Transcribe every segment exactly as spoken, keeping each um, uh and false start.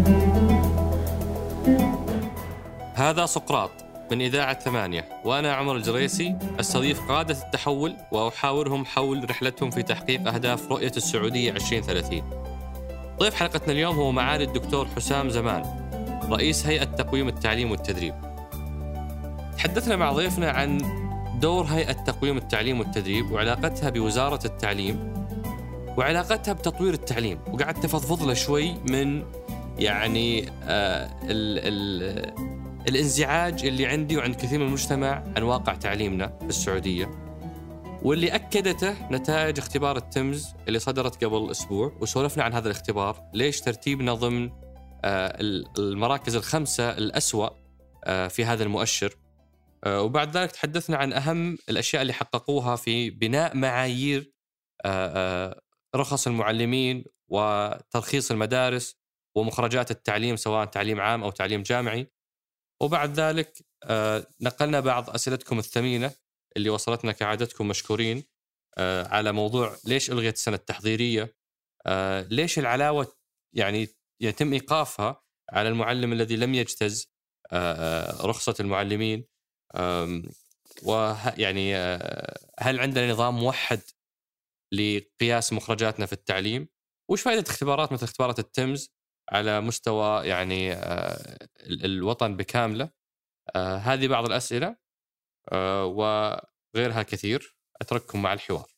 هذا سقراط من إذاعة ثمانية، وأنا عمر الجريسي أستضيف قادة التحول وأحاورهم حول رحلتهم في تحقيق أهداف رؤية السعودية عشرين ثلاثين. ضيف حلقتنا اليوم هو معالي الدكتور حسام زمان، رئيس هيئة تقويم التعليم والتدريب. تحدثنا مع ضيفنا عن دور هيئة تقويم التعليم والتدريب وعلاقتها بوزارة التعليم وعلاقتها بتطوير التعليم، وقعدت تفضفض له شوي من يعني آه ال ال الانزعاج اللي عندي وعند كثير من المجتمع عن واقع تعليمنا في السعودية، واللي أكدته نتائج اختبار التمز اللي صدرت قبل أسبوع. وسولفنا عن هذا الاختبار، ليش ترتيبنا ضمن آه المراكز الخمسة الأسوأ آه في هذا المؤشر. آه وبعد ذلك تحدثنا عن أهم الأشياء اللي حققوها في بناء معايير آه آه رخص المعلمين وترخيص المدارس ومخرجات التعليم سواء تعليم عام أو تعليم جامعي. وبعد ذلك آه نقلنا بعض أسئلتكم الثمينة اللي وصلتنا كعادتكم، مشكورين، آه على موضوع ليش ألغيت السنة التحضيرية، آه ليش العلاوة يعني يتم إيقافها على المعلم الذي لم يجتز آه رخصة المعلمين، آه ويعني آه هل عندنا نظام موحد لقياس مخرجاتنا في التعليم، وش فائدة اختبارات مثل اختبارات التمز على مستوى يعني آه الوطن بكامله. آه هذه بعض الأسئلة آه وغيرها كثير. أترككم مع الحوار.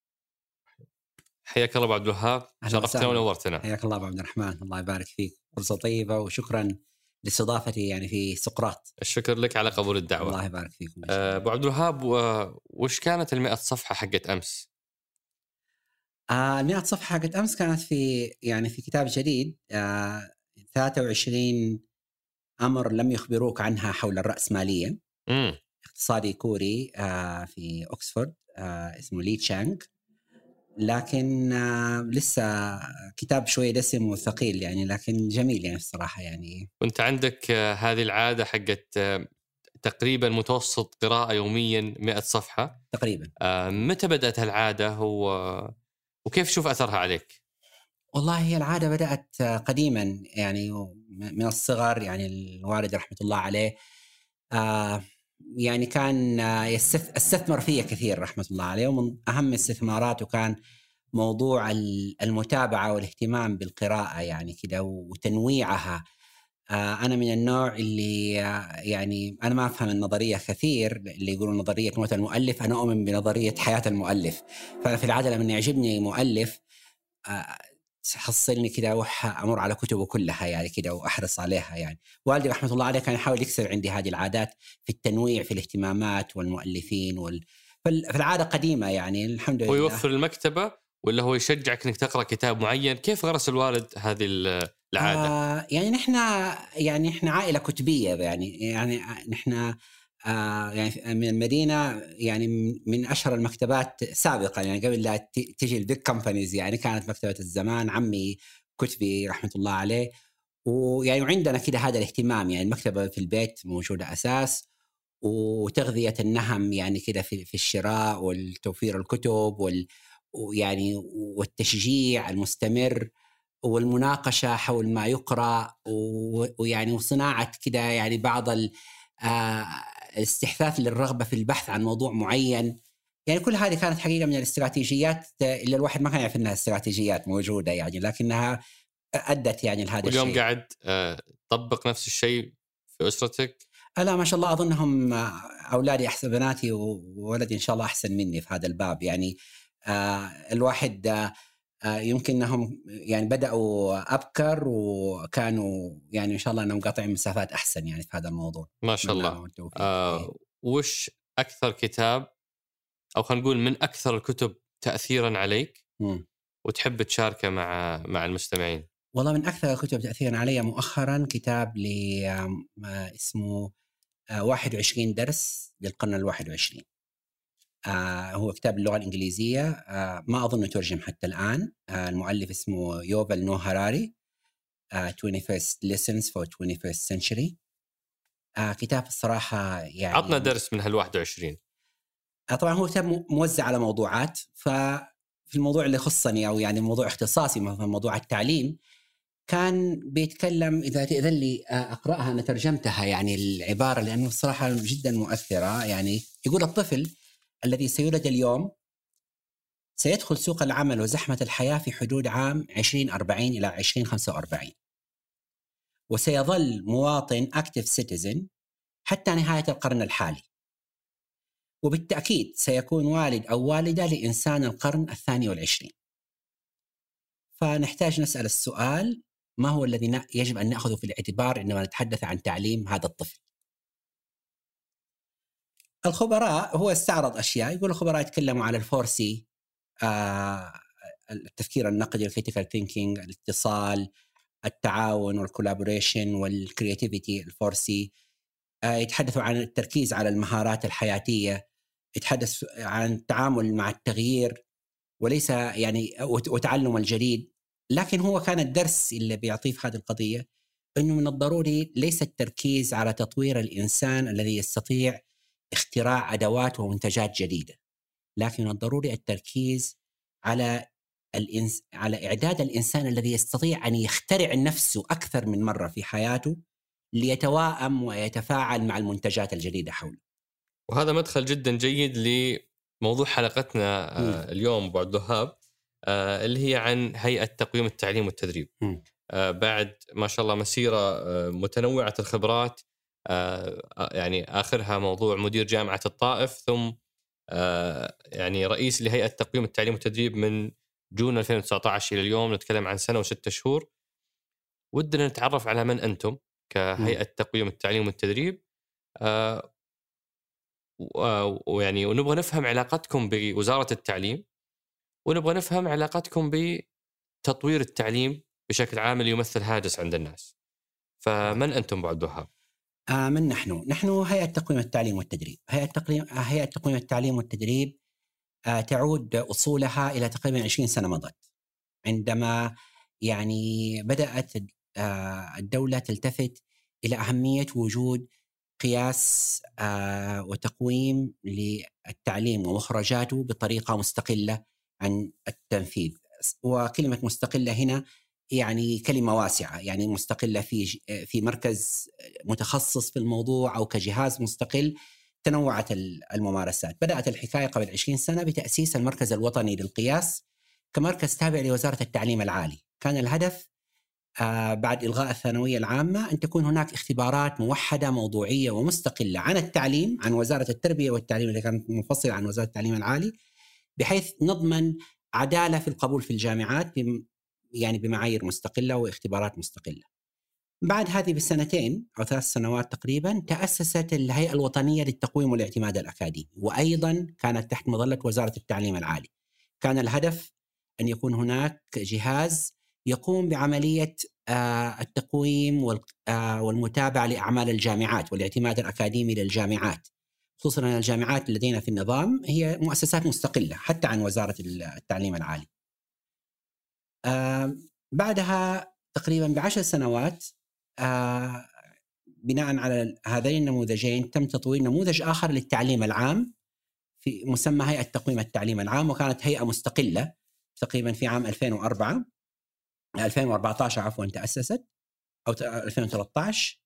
حياك الله أبو عبد الوهاب، شرفتنا ونورتنا. حياك الله أبو عبد الرحمن، الله يبارك فيك، فرصة طيبة وشكرا لاستضافتي يعني في سقراط. الشكر لك على قبول الدعوة. الله يبارك فيك. آه أبو عبد الوهاب، وش كانت المئة صفحة حقت أمس؟ آه المئة صفحة حقت أمس كانت في يعني في كتاب جديد، آه ثلاثة وعشرين أمر لم يخبروك عنها حول الرأسمالية. مم. اقتصادي كوري آه في أكسفورد، آه اسمه لي تشانغ، لكن آه لسه كتاب شوي دسم وثقيل يعني، لكن جميل يعني الصراحة. يعني وانت عندك آه هذه العادة حقت آه تقريبا متوسط قراءة يوميا مئة صفحة تقريبا. آه متى بدأت العادة هو وكيف تشوف أثرها عليك؟ والله هي العادة بدأت قديما يعني من الصغر، يعني الوالد رحمة الله عليه آه يعني كان يستثمر فيها كثير رحمة الله عليه، ومن أهم استثماراته كان موضوع المتابعة والاهتمام بالقراءة يعني كده وتنويعها. آه أنا من النوع اللي آه يعني أنا ما أفهم النظرية كثير، اللي يقولون نظرية موت المؤلف، أنا أؤمن بنظرية حياة المؤلف. فأنا في العادة لما يعجبني مؤلف آه حصلني كده أروح أمر على كتبه كلها يعني كده وأحرص عليها. يعني والدي رحمة الله عليه كان يحاول يكسر عندي هذه العادات في التنويع في الاهتمامات والمؤلفين وال... فالعادة قديمة يعني الحمد لله. ويوفر المكتبة ولا هو يشجعك إنك تقرأ كتاب معين؟ كيف غرس الوالد هذه العادة؟ آه يعني نحن يعني نحن عائلة كتبية يعني يعني نحن آه يعني من المدينة، يعني من أشهر المكتبات سابقا يعني قبل لا تجي البيج كومبانيز، يعني كانت مكتبة الزمان، عمي كتبي رحمة الله عليه. ويعني عندنا كده هذا الاهتمام، يعني المكتبة في البيت موجودة أساس، وتغذية النهم يعني كده في في الشراء والتوفير الكتب وال ويعني والتشجيع المستمر والمناقشة حول ما يقرأ، ويعني وصناعة كده يعني بعض الاستحثاث للرغبة في البحث عن موضوع معين. يعني كل هذه كانت حقيقة من الاستراتيجيات اللي الواحد ما كان يعرف أنها استراتيجيات موجودة يعني، لكنها أدت يعني لهذا الشيء. واليوم قاعد تطبق نفس الشيء في أسرتك؟ لا ما شاء الله، أظنهم أولادي أحسن، بناتي وولدي إن شاء الله أحسن مني في هذا الباب. يعني آه الواحد آه يمكن أنهم يعني بدأوا أبكر وكانوا يعني إن شاء الله أنهم قاطعين مسافات أحسن يعني في هذا الموضوع. ما شاء الله. آه وش أكثر كتاب أو خلينا نقول من أكثر الكتب تأثيرا عليك م. وتحب تشاركه مع مع المستمعين؟ والله من أكثر الكتب تأثيرا علي مؤخرا كتاب ل اسمه واحد وعشرين درس للقرن الواحد وعشرين. آه هو كتاب اللغة الإنجليزية، آه ما أظن ترجم حتى الآن. آه المؤلف اسمه يوفال نو هراري، آه twenty-first Lessons for twenty-first Century. آه كتاب الصراحة يعني عطنا درس من هالواحد وعشرين. آه طبعا هو كتاب موزع على موضوعات، ففي الموضوع اللي خصني أو يعني موضوع اختصاصي مثلا موضوع التعليم كان بيتكلم، إذا تأذن لي أقرأها، أنا ترجمتها يعني العبارة لأنه الصراحة جدا مؤثرة. يعني يقول: الطفل الذي سيولد اليوم سيدخل سوق العمل وزحمة الحياة في حدود عام عشرين أربعين إلى عشرين خمسة وأربعين، وسيظل مواطن active citizen حتى نهاية القرن الحالي، وبالتأكيد سيكون والد أو والدة لإنسان القرن الثاني والعشرين. فنحتاج نسأل السؤال: ما هو الذي يجب أن نأخذه في الاعتبار عندما نتحدث عن تعليم هذا الطفل؟ الخبراء، هو استعرض أشياء، يقول الخبراء يتكلموا على الفورسي، آه التفكير النقدي، الكريتيكال ثينكينج، الاتصال، التعاون والكولابوريشن والكرياتيفيتي الفورسي. آه يتحدثوا عن التركيز على المهارات الحياتية، يتحدث عن التعامل مع التغيير وليس يعني وتعلم الجديد. لكن هو كان الدرس اللي بيعطيه في هذه القضية أنه من الضروري ليس التركيز على تطوير الإنسان الذي يستطيع اختراع أدوات ومنتجات جديدة، لكن من الضروري التركيز على الإنس... على إعداد الإنسان الذي يستطيع أن يخترع نفسه أكثر من مرة في حياته ليتواءم ويتفاعل مع المنتجات الجديدة حوله. وهذا مدخل جدا جيد لموضوع حلقتنا آه اليوم أبو عبد الوهاب، آه اللي هي عن هيئة تقويم التعليم والتدريب. آه بعد ما شاء الله مسيرة آه متنوعة الخبرات، آه يعني آخرها موضوع مدير جامعة الطائف، ثم آه يعني رئيس لهيئة تقويم التعليم والتدريب من جون ألفين وتسعة عشر إلى اليوم، نتكلم عن سنة وستة شهور. ودنا نتعرف على من أنتم كهيئة تقويم التعليم والتدريب، آه ويعني ونبغى نفهم علاقتكم بوزارة التعليم، ونبغى نفهم علاقتكم بتطوير التعليم بشكل عام اللي يمثل هاجس عند الناس. فمن أنتم بعد وهاب؟ آه من نحن؟ نحن هيئة تقويم التعليم والتدريب. هيئة تقويم هيئة تقويم التعليم والتدريب آه تعود أصولها إلى تقريبا عشرين سنة مضت، عندما يعني بدأت آه الدولة تلتفت إلى أهمية وجود قياس آه وتقويم للتعليم ومخرجاته بطريقة مستقلة عن التنفيذ. وكلمة مستقلة هنا يعني كلمة واسعة، يعني مستقلة في في مركز متخصص في الموضوع أو كجهاز مستقل. تنوعت الممارسات. بدأت الحكاية قبل عشرين سنة بتأسيس المركز الوطني للقياس كمركز تابع لوزارة التعليم العالي. كان الهدف آه بعد إلغاء الثانوية العامة أن تكون هناك اختبارات موحدة موضوعية ومستقلة عن التعليم، عن وزارة التربية والتعليم اللي كانت منفصلة عن وزارة التعليم العالي، بحيث نضمن عدالة في القبول في الجامعات يعني بمعايير مستقلة واختبارات مستقلة. بعد هذه بسنتين أو ثلاث سنوات تقريبا تأسست الهيئة الوطنية للتقويم والاعتماد الأكاديمي، وأيضا كانت تحت مظلة وزارة التعليم العالي. كان الهدف أن يكون هناك جهاز يقوم بعملية التقويم والمتابعة لأعمال الجامعات والاعتماد الأكاديمي للجامعات، خصوصا أن الجامعات لدينا في النظام هي مؤسسات مستقلة حتى عن وزارة التعليم العالي. بعدها تقريبا بعشر سنوات بناء على هذين النموذجين تم تطوير نموذج آخر للتعليم العام في مسمى هيئة تقويم التعليم العام، وكانت هيئة مستقلة تقريبا في عام ألفين وأربعة ألفين وأربعة عشر عفوا تأسست أو ألفين وثلاثة عشر.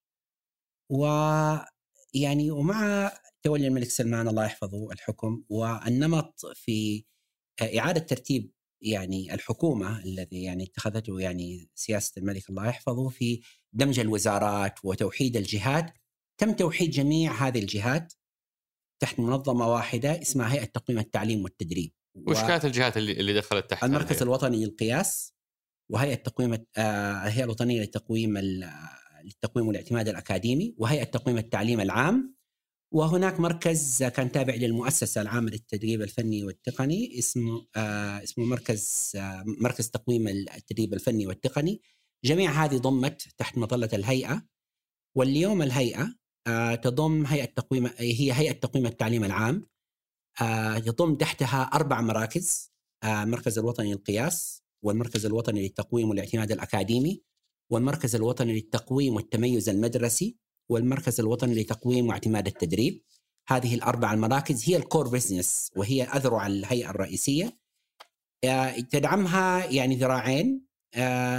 ويعني ومع تولي الملك سلمان الله يحفظه الحكم والنمط في إعادة ترتيب يعني الحكومة الذي يعني اتخذته يعني سياسة الملك الله يحفظه في دمج الوزارات وتوحيد الجهات، تم توحيد جميع هذه الجهات تحت منظمة واحدة اسمها هيئة تقويم التعليم والتدريب. وش كانت الجهات اللي اللي دخلت تحت؟ المركز الوطني للقياس، وهيئة تقويم آه الهيئة الوطنية للتقويم للتقويم والاعتماد الأكاديمي، وهيئة تقويم التعليم العام. وهناك مركز كان تابع للمؤسسة العامة للتدريب الفني والتقني اسمه آه اسمه مركز آه مركز تقويم التدريب الفني والتقني. جميع هذه ضمت تحت مظلة الهيئة، واليوم الهيئة آه تضم هيئة تقويم هي هيئة تقويم التعليم العام، آه يضم تحتها أربع مراكز: آه المركز الوطني للقياس، والمركز الوطني للتقويم والاعتماد الأكاديمي، والمركز الوطني للتقويم والتميز المدرسي، والمركز الوطني لتقويم واعتماد التدريب. هذه الأربع المراكز هي الكور بيزنس وهي أذرع الهيئة الرئيسية. تدعمها يعني ذراعين،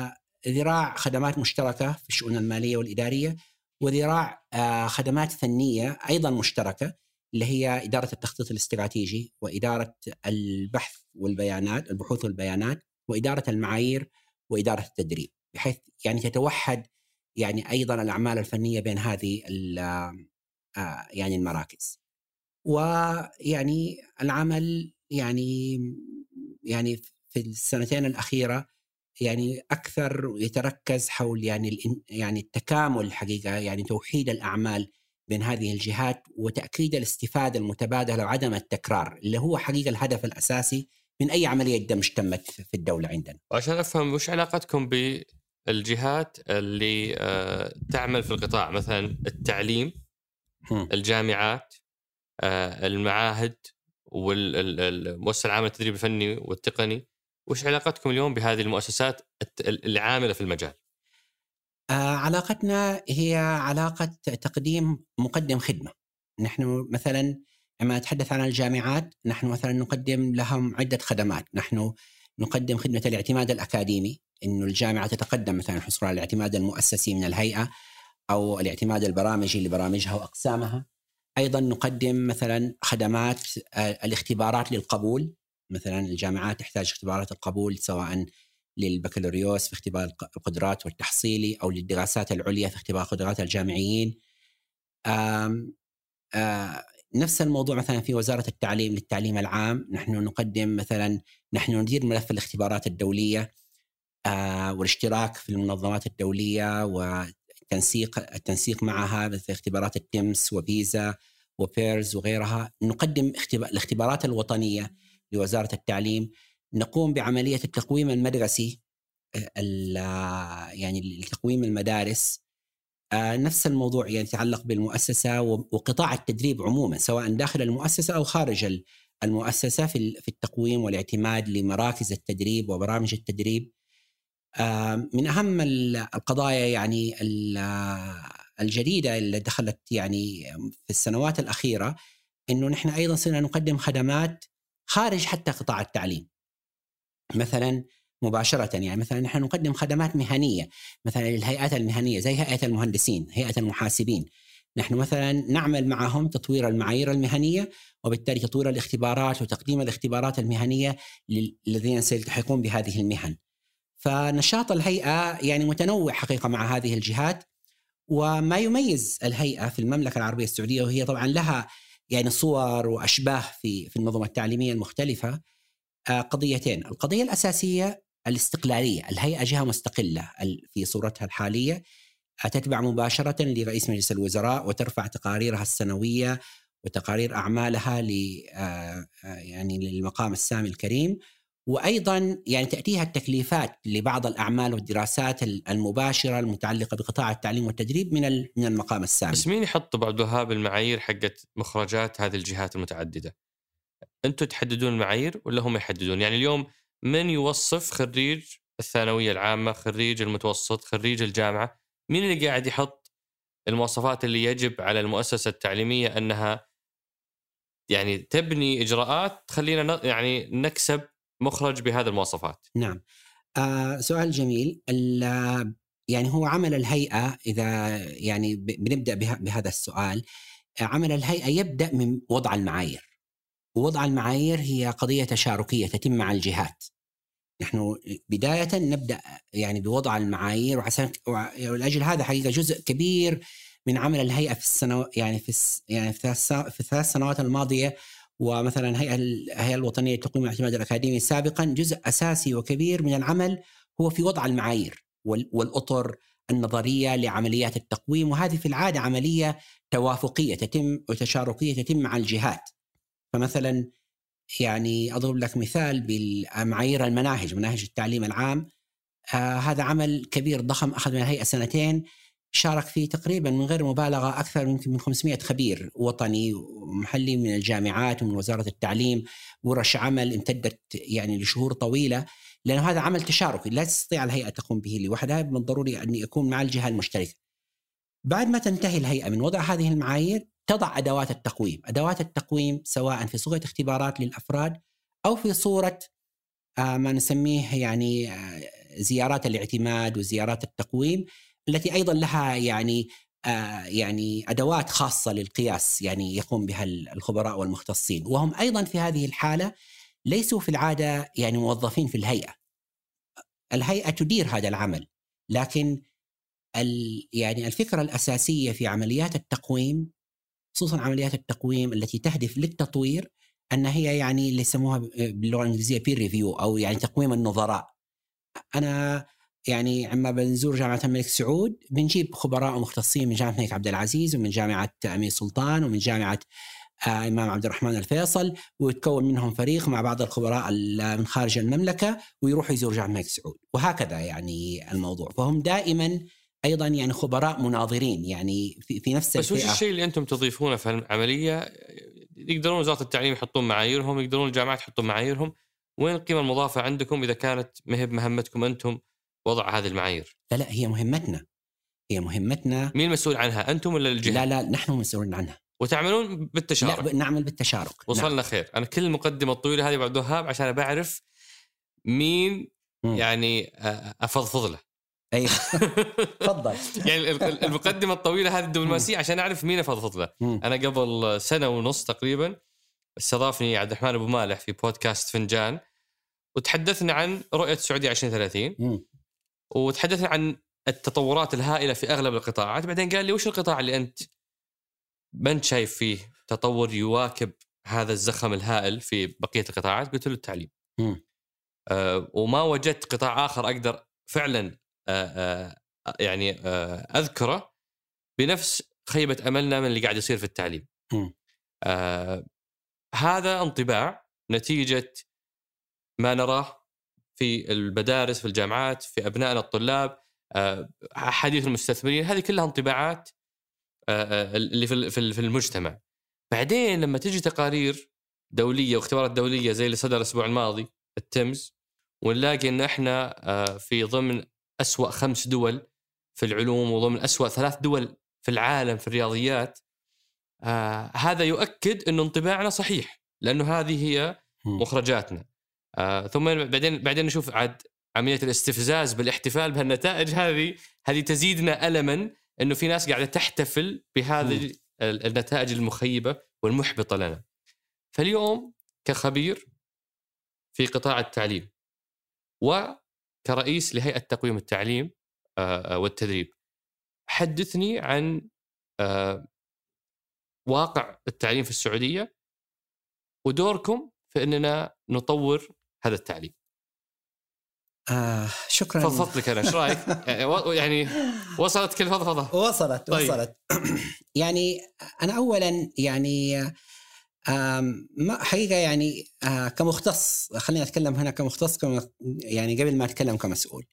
ذراع خدمات مشتركة في الشؤون المالية والإدارية، وذراع خدمات فنية أيضا مشتركة اللي هي إدارة التخطيط الاستراتيجي وإدارة البحث والبيانات البحوث والبيانات وإدارة المعايير وإدارة التدريب، بحيث يعني تتوحد يعني أيضا الأعمال الفنية بين هذه يعني المراكز. ويعني العمل يعني يعني في السنتين الأخيرة يعني أكثر يتركز حول يعني يعني التكامل حقيقة، يعني توحيد الأعمال بين هذه الجهات وتأكيد الاستفادة المتبادلة وعدم التكرار، اللي هو حقيقة الهدف الأساسي من أي عملية دمج تمت في الدولة عندنا. وعشان أفهم وش علاقتكم بالجهات اللي تعمل في القطاع، مثلا التعليم، م. الجامعات، المعاهد والمؤسسة العامة للتدريب الفني والتقني، وش علاقتكم اليوم بهذه المؤسسات اللي عاملة في المجال؟ آه علاقتنا هي علاقة تقديم مقدم خدمة. نحن مثلا لما نتحدث عن الجامعات، نحن مثلا نقدم لهم عدة خدمات. نحن نقدم خدمة الاعتماد الأكاديمي، إنه الجامعة تتقدم مثلا حصول على الاعتماد المؤسسي من الهيئة أو الاعتماد البرامجي لبرامجها وأقسامها. أيضا نقدم مثلا خدمات الاختبارات للقبول، مثلا الجامعات تحتاج اختبارات القبول سواء للبكالوريوس في اختبار القدرات والتحصيلي أو للدراسات العليا في اختبار قدرات الجامعيين. آم آم نفس الموضوع مثلا في وزارة التعليم للتعليم العام، نحن نقدم مثلا نحن ندير ملف الاختبارات الدولية والاشتراك في المنظمات الدولية وتنسيق التنسيق معها مثل اختبارات التيمس وفيزا وبيرز وغيرها. نقدم الاختبارات الوطنية لوزارة التعليم. نقوم بعملية التقويم المدرسي يعني لتقويم المدارس. نفس الموضوع يعني يتعلق بالمؤسسة وقطاع التدريب عموما سواء داخل المؤسسة أو خارج المؤسسة في التقويم والاعتماد لمراكز التدريب وبرامج التدريب. من أهم القضايا يعني الجديدة اللي دخلت يعني في السنوات الأخيرة إنه نحن أيضا صرنا نقدم خدمات خارج حتى قطاع التعليم، مثلا مباشرة. يعني مثلا نحن نقدم خدمات مهنية مثلا للهيئات المهنية زي هيئة المهندسين، هيئة المحاسبين. نحن مثلا نعمل معهم تطوير المعايير المهنية وبالتالي تطوير الاختبارات وتقديم الاختبارات المهنية للذين سيلتحقون بهذه المهن. فنشاط الهيئة يعني متنوع حقيقة مع هذه الجهات. وما يميز الهيئة في المملكة العربية السعودية، وهي طبعا لها يعني صور وأشباه في في المنظومة التعليمية المختلفة، قضيتين. القضية الأساسية الاستقلالية. الهيئة جهة مستقلة في صورتها الحالية، تتبع مباشرة لرئيس مجلس الوزراء وترفع تقاريرها السنوية وتقارير أعمالها ل يعني للمقام السامي الكريم. وأيضا يعني تأتيها التكليفات لبعض الأعمال والدراسات المباشرة المتعلقة بقطاع التعليم والتدريب من من المقام السامي. بس مين يحط بعد وهاب المعايير حقت مخرجات هذه الجهات المتعددة؟ أنتوا تحددون المعايير ولا هم يحددون؟ يعني اليوم من يوصف خريج الثانوية العامة، خريج المتوسط، خريج الجامعة؟ مين اللي قاعد يحط المواصفات اللي يجب على المؤسسة التعليمية أنها يعني تبني إجراءات تخلينا يعني نكسب مخرج بهذه المواصفات؟ نعم. آه سؤال جميل. يعني هو عمل الهيئة، إذا يعني بنبدأ بهذا السؤال، عمل الهيئة يبدأ من وضع المعايير. ووضع المعايير هي قضية تشاركية تتم مع الجهات. نحن بداية نبدأ يعني بوضع المعايير، وعشان ولأجل هذا حقيقة جزء كبير من عمل الهيئة في السنة يعني في يعني في الثلاث سنوات الماضية، ومثلا هيئة الهيئة الوطنية لتقويم الاعتماد الأكاديمي سابقا، جزء أساسي وكبير من العمل هو في وضع المعايير والأطر النظرية لعمليات التقويم. وهذه في العادة عملية توافقية تتم وتشاركية تتم مع الجهات. فمثلا يعني أضرب لك مثال بالمعايير المناهج، مناهج التعليم العام. آه هذا عمل كبير ضخم أخذ من الهيئة سنتين، شارك فيه تقريبا من غير مبالغة أكثر من من خمسمائة خبير وطني ومحلي من الجامعات ومن وزارة التعليم. ورش عمل امتدت يعني لشهور طويلة، لأن هذا عمل تشاركي لا تستطيع الهيئة تقوم به لوحدها، من الضروري أن يكون مع الجهة المشتركة. بعد ما تنتهي الهيئة من وضع هذه المعايير، تضع أدوات التقويم. أدوات التقويم سواء في صورة اختبارات للأفراد أو في صورة آه ما نسميه يعني آه زيارات الاعتماد وزيارات التقويم التي أيضا لها يعني آه يعني أدوات خاصة للقياس يعني يقوم بها الخبراء والمختصين، وهم أيضا في هذه الحالة ليسوا في العادة يعني موظفين في الهيئة. الهيئة تدير هذا العمل، لكن يعني الفكرة الأساسية في عمليات التقويم، خصوصا عمليات التقويم التي تهدف للتطوير، أن هي يعني اللي يسموها باللغة الإنجليزية peer review أو يعني تقويم النظراء. أنا يعني عما بنزور جامعة الملك سعود بنجيب خبراء ومختصين من جامعة الملك عبد العزيز ومن جامعة أمير سلطان ومن جامعة آه إمام عبد الرحمن الفيصل، ويتكون منهم فريق مع بعض الخبراء من خارج المملكة ويروحوا يزور جامعة الملك سعود، وهكذا يعني الموضوع. فهم دائما أيضا يعني خبراء مناظرين يعني في, في نفس الفئة. بس وش الشيء اللي أنتم تضيفونه في العملية؟ يقدرون وزارة التعليم يحطون معاييرهم، يقدرون الجامعات يحطون معاييرهم، وين القيمة المضافة عندكم إذا كانت مهب مهمتكم أنتم وضع هذه المعايير؟ لا لا هي مهمتنا، هي مهمتنا. مين المسؤول عنها، أنتم ولا الجهة؟ لا لا نحن مسؤولين عنها. وتعملون بالتشارك؟ لا نعمل بالتشارك. وصلنا نعم. خير. أنا كل المقدمة الطويلة هذه بعد وهاب عشان بعرف مين م. يعني أفضفض له. أي تفضل. يعني المقدمة الطويلة هذه الدبلوماسية عشان أعرف مين أفضفض له. م. أنا قبل سنة ونص تقريبا استضافني عبد الرحمن أبو مالح في بودكاست فنجان، وتحدثنا عن رؤية السعودية عشرين ثلاثين، م. وتحدثنا عن التطورات الهائلة في أغلب القطاعات. بعدين قال لي وش القطاع اللي أنت ما أنت شايف فيه تطور يواكب هذا الزخم الهائل في بقية القطاعات؟ قلت له التعليم. آه وما وجدت قطاع آخر أقدر فعلا آه آه يعني آه أذكره بنفس خيبة أملنا من اللي قاعد يصير في التعليم. آه هذا انطباع نتيجة ما نراه في المدارس، في الجامعات، في أبنائنا الطلاب، آه حديث المستثمرين. هذه كلها انطباعات آه اللي في في المجتمع. بعدين لما تجي تقارير دولية واختبارات دولية زي اللي صدر الأسبوع الماضي التيمز، ونلاقي إن إحنا في ضمن أسوأ خمس دول في العلوم وضمن أسوأ ثلاث دول في العالم في الرياضيات، آه هذا يؤكد إنه انطباعنا صحيح، لأنه هذه هي مخرجاتنا. آه ثم بعدين بعدين نشوف عاد عملية الاستفزاز بالاحتفال بهالنتائج هذه هذه تزيدنا ألما إنه في ناس قاعدة تحتفل بهذه النتائج المخيبة والمحبطة لنا. فاليوم كخبير في قطاع التعليم وكرئيس لهيئة تقويم التعليم والتدريب، حدثني عن واقع التعليم في السعودية ودوركم في أننا نطور هذا التعليم. آه شكرا. فضفضت لك أنا، إيش رأيك؟ يعني وصلت كل فضفضة؟ وصلت طيب. وصلت يعني أنا أولا يعني ما حقيقة يعني آه كمختص، خلينا أتكلم هنا كمختص كم يعني قبل ما أتكلم كمسؤول.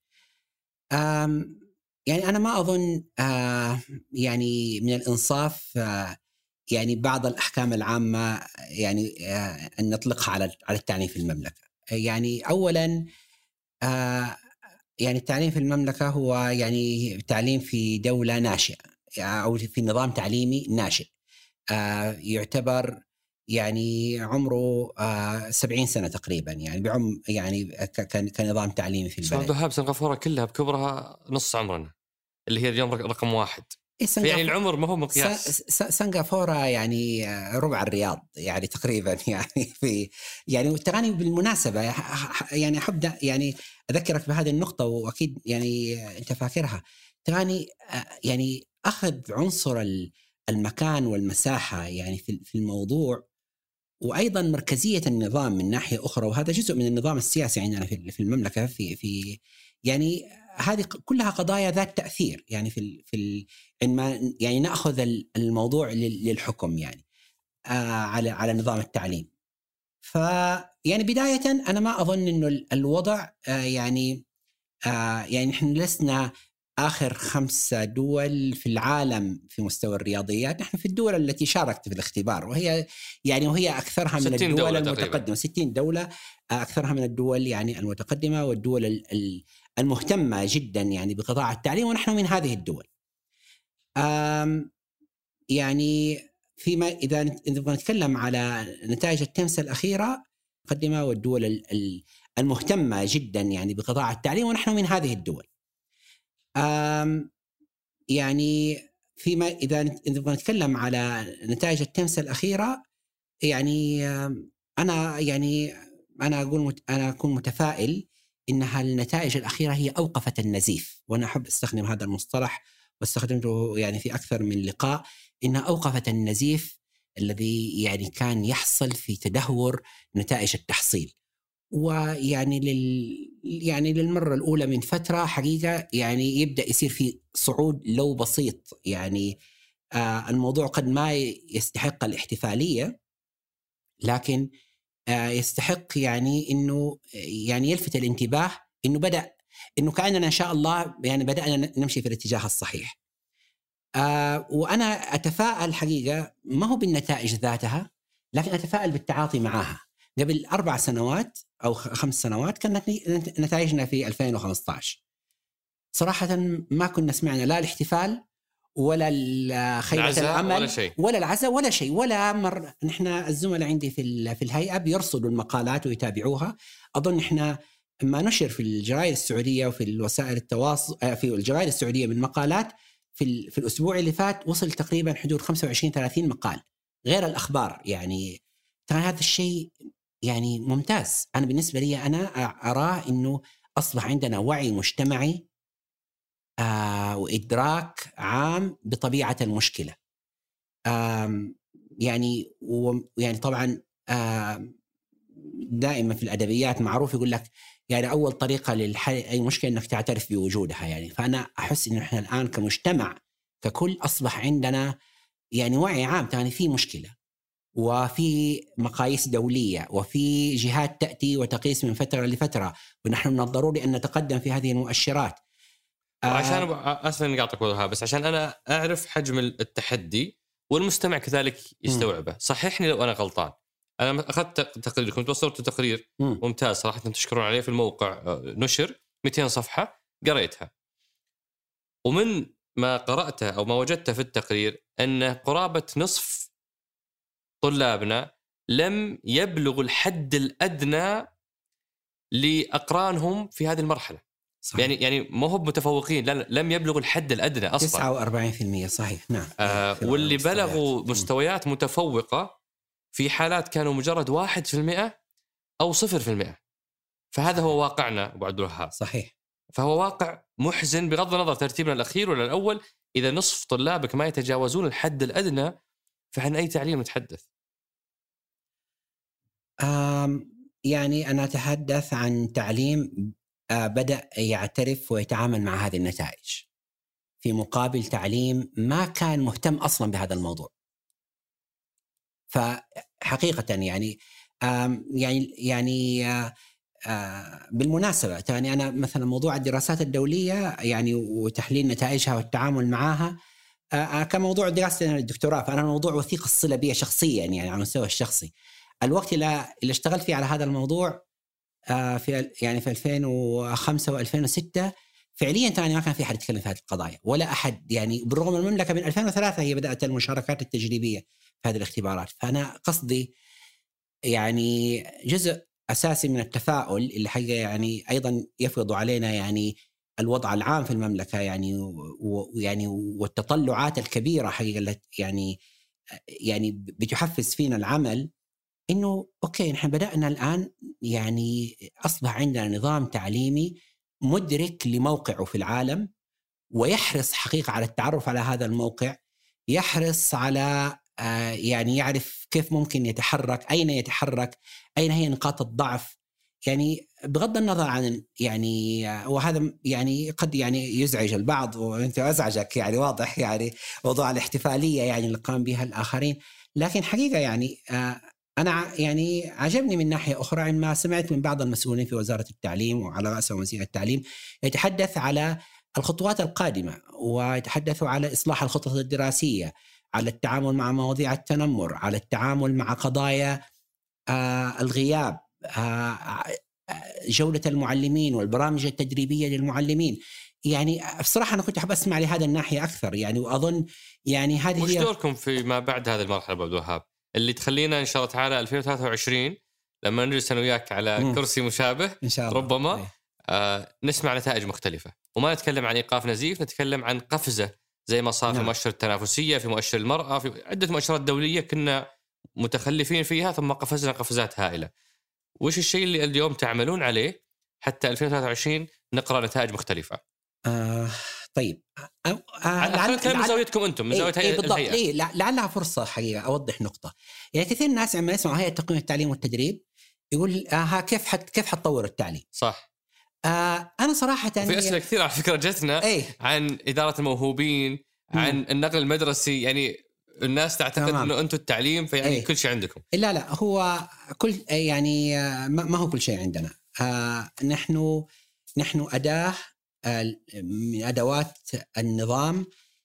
يعني أنا ما أظن آه يعني من الإنصاف آه يعني بعض الأحكام العامة يعني آه أن نطلقها على على التعليم في المملكة. يعني أولا آه يعني التعليم في المملكة هو يعني تعليم في دولة ناشئة أو في نظام تعليمي ناشئ، آه يعتبر يعني عمره آه سبعين سنة تقريبا، يعني بعم يعني كنظام تعليمي في البلد. عبد الوهاب سنغافورة كلها بكبرها نص عمرنا، اللي هي اليوم رقم واحد. يعني العمر ما هو مقياس. سنغافورة يعني ربع الرياض يعني تقريبا، يعني في يعني تغني بالمناسبة يعني أحب يعني أذكرك بهذه النقطة، وأكيد يعني أنت فاكرها. تغني يعني أخذ عنصر المكان والمساحة يعني في الموضوع، وأيضا مركزية النظام من ناحية أخرى، وهذا جزء من النظام السياسي عندنا في المملكة. في في يعني هذه كلها قضايا ذات تأثير يعني في في إنما يعني نأخذ الموضوع للحكم يعني آه على على نظام التعليم. فيعني بداية أنا ما أظن إنه الوضع آه يعني آه يعني نحن لسنا آخر خمسة دول في العالم في مستوى الرياضيات، نحن في الدول التي شاركت في الاختبار، وهي يعني وهي أكثرها من الدول المتقدمة. ستين دولة أكثرها من الدول يعني المتقدمة والدول المهتمة جدا يعني بقطاع التعليم، ونحن من هذه الدول. يعني فيما إذا نتكلم على نتائج التيمس الأخيرة المتقدمة والدول المهتمة جدا يعني بقطاع التعليم، ونحن من هذه الدول. يعني فيما إذا إذا نتكلم على نتائج التمسة الأخيرة، يعني أنا يعني أنا أقول أنا أكون متفائل إنها النتائج الأخيرة هي أوقفت النزيف، وأنا أحب أستخدم هذا المصطلح واستخدمته يعني في أكثر من لقاء، إنها أوقفت النزيف الذي يعني كان يحصل في تدهور نتائج التحصيل. ويعني لل يعني للمرة الأولى من فترة حقيقة يعني يبدأ يصير في صعود لو بسيط. يعني آه الموضوع قد ما يستحق الاحتفالية، لكن آه يستحق يعني إنه يعني يلفت الانتباه إنه بدأ إنه كأننا إن شاء الله يعني بدأنا نمشي في الاتجاه الصحيح. آه وأنا أتفائل حقيقة ما هو بالنتائج ذاتها، لكن أتفائل بالتعاطي معها. قبل أربع سنوات أو خمس سنوات كانت نتائجنا في ألفين وخمسة عشر صراحة ما كنا سمعنا لا الاحتفال ولا خيبة الأمل ولا شيء ولا العزاء ولا شيء ولا مر. نحن الزملاء عندي في في الهيئة بيرصدوا المقالات ويتابعوها. أظن إحنا ما نشر في الجرائد السعودية وفي الوسائل التواصل في الجرائد السعودية من مقالات في في الأسبوع اللي فات وصل تقريبا حدود خمسة وعشرين ثلاثين مقال غير الأخبار. يعني ترى هذا الشيء يعني ممتاز. أنا بالنسبة لي أنا أراه إنه أصبح عندنا وعي مجتمعي آه وإدراك عام بطبيعة المشكلة. يعني ويعني طبعا دائما في الأدبيات معروف يقول لك يعني أول طريقة للحل أي مشكلة إنك تعترف بوجودها. يعني فأنا أحس إنه إحنا الآن كمجتمع ككل أصبح عندنا يعني وعي عام تاني في مشكلة، وفي مقاييس دولية وفي جهات تأتي وتقيس من فترة لفترة، ونحن من الضروري أن نتقدم في هذه المؤشرات. وعشان أصلا نقاطك وضعها بس عشان أنا أعرف حجم التحدي والمستمع كذلك يستوعبه. صحيحني لو أنا غلطان. أنا أخذت تقرير، كنت وصلت تقرير م. ممتاز صراحة تشكرون عليه في الموقع، نشر مئتين صفحة قريتها، ومن ما قرأته أو ما وجدته في التقرير أن قرابة نصف طلابنا لم يبلغوا الحد الأدنى لأقرانهم في هذه المرحلة. صحيح. يعني يعني ما هو متفوقين، لم يبلغوا الحد الأدنى أصلا. تسعة وأربعين بالمئة صحيح. نعم. آه واللي بلغوا مستويات متفوقة في حالات كانوا مجرد واحد في المئة أو صفر في المئة. فهذا صحيح. هو واقعنا أبو عبد الوهاب. صحيح. فهو واقع محزن بغض النظر ترتيبنا الأخير ولا الأول. إذا نصف طلابك ما يتجاوزون الحد الأدنى فعن أي تعليم نتحدث؟ آم يعني أنا أتحدث عن تعليم آه بدأ يعترف ويتعامل مع هذه النتائج، في مقابل تعليم ما كان مهتم أصلا بهذا الموضوع. فحقيقة يعني آم يعني يعني آه آه بالمناسبة يعني أنا مثلا موضوع الدراسات الدولية يعني وتحليل نتائجها والتعامل معها آه كموضوع دراسة الدكتوراه، فأنا موضوع وثيق الصلة بي شخصيا يعني على المستوى الشخصي. الوقت اللي اللي اشتغلت فيه على هذا الموضوع آه في يعني في ألفين وخمسة وألفين وستة فعليا تاني ما كان في أحد يتكلم في هذه القضايا ولا أحد. يعني بالرغم من المملكة من ألفين وثلاثة هي بدأت المشاركات التجريبية في هذه الاختبارات. فأنا قصدي يعني جزء أساسي من التفاؤل اللي حقيقة يعني أيضا يفرض علينا يعني الوضع العام في المملكة يعني ويعني والتطلعات الكبيرة حقيقة يعني يعني بتحفز فينا العمل، إنه أوكي نحن بدأنا الآن يعني أصبح عندنا نظام تعليمي مدرك لموقعه في العالم ويحرص حقيقة على التعرف على هذا الموقع، يحرص على آه يعني يعرف كيف ممكن يتحرك، أين يتحرك، أين هي نقاط الضعف. يعني بغض النظر عن يعني وهذا يعني قد يعني يزعج البعض وأنت أزعجك يعني واضح يعني موضوع الاحتفالية يعني اللي قام بها الآخرين، لكن حقيقة يعني آه أنا يعني عجبني من ناحية أخرى إن ما سمعت من بعض المسؤولين في وزارة التعليم وعلى رأسهم وزير التعليم يتحدث على الخطوات القادمة ويتحدثوا على إصلاح الخطط الدراسية، على التعامل مع مواضيع التنمر، على التعامل مع قضايا آه الغياب، آه جودة المعلمين والبرامج التدريبية للمعلمين. يعني بصراحة أنا كنت أحب أسمع لهذا الناحية أكثر يعني، وأظن يعني هذه وش هي... دوركم في ما بعد هذه المرحلة أبو عبد الوهاب اللي تخلينا إن شاء الله تعالى ألفين وثلاثة وعشرين لما نجلس أنا وياك على مم. كرسي مشابه إن شاء الله. ربما أي. آه نسمع نتائج مختلفة، وما نتكلم عن إيقاف نزيف، نتكلم عن قفزة زي ما صار نعم. في مؤشر التنافسية، في مؤشر المرأة، في عدة مؤشرات دولية كنا متخلفين فيها ثم قفزنا قفزات هائلة. وش الشيء اللي اليوم تعملون عليه حتى ألفين وثلاثة وعشرين نقرأ نتائج مختلفة؟ آه طيب آه خلينا نتكلم من زاويتكم أنتم، من زاوية إيه بالضبط. الهيئة. إيه لعلها فرصة حقيقة أوضح نقطة. يعني كثير ناس عندما يسمعوا هيئة تقييم التعليم والتدريب يقول آه كيف حت كيف حتطور التعليم؟ صح. آه أنا صراحة في أسئلة كثير على فكرة جتنا إيه؟ عن إدارة الموهوبين، عن مم. النقل المدرسي، يعني الناس تعتقد تمام. إنه أنتم التعليم فيعني إيه؟ كل شيء عندكم. لا لا هو كل يعني ما هو كل شيء عندنا. آه نحن نحن أداة آه من أدوات النظام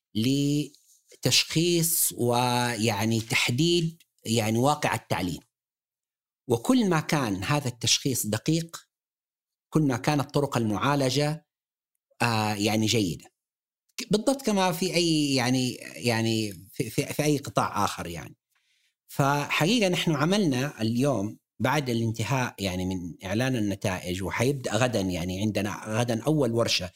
لتشخيص ويعني تحديد يعني واقع التعليم، وكل ما كان هذا التشخيص دقيق كل ما كانت طرق المعالجة آه يعني جيدة، بالضبط كما في أي يعني يعني في, في, في أي قطاع آخر. يعني فحقيقة نحن عملنا اليوم بعد الانتهاء يعني من إعلان النتائج، وحيبدأ غدا يعني عندنا غدا أول ورشة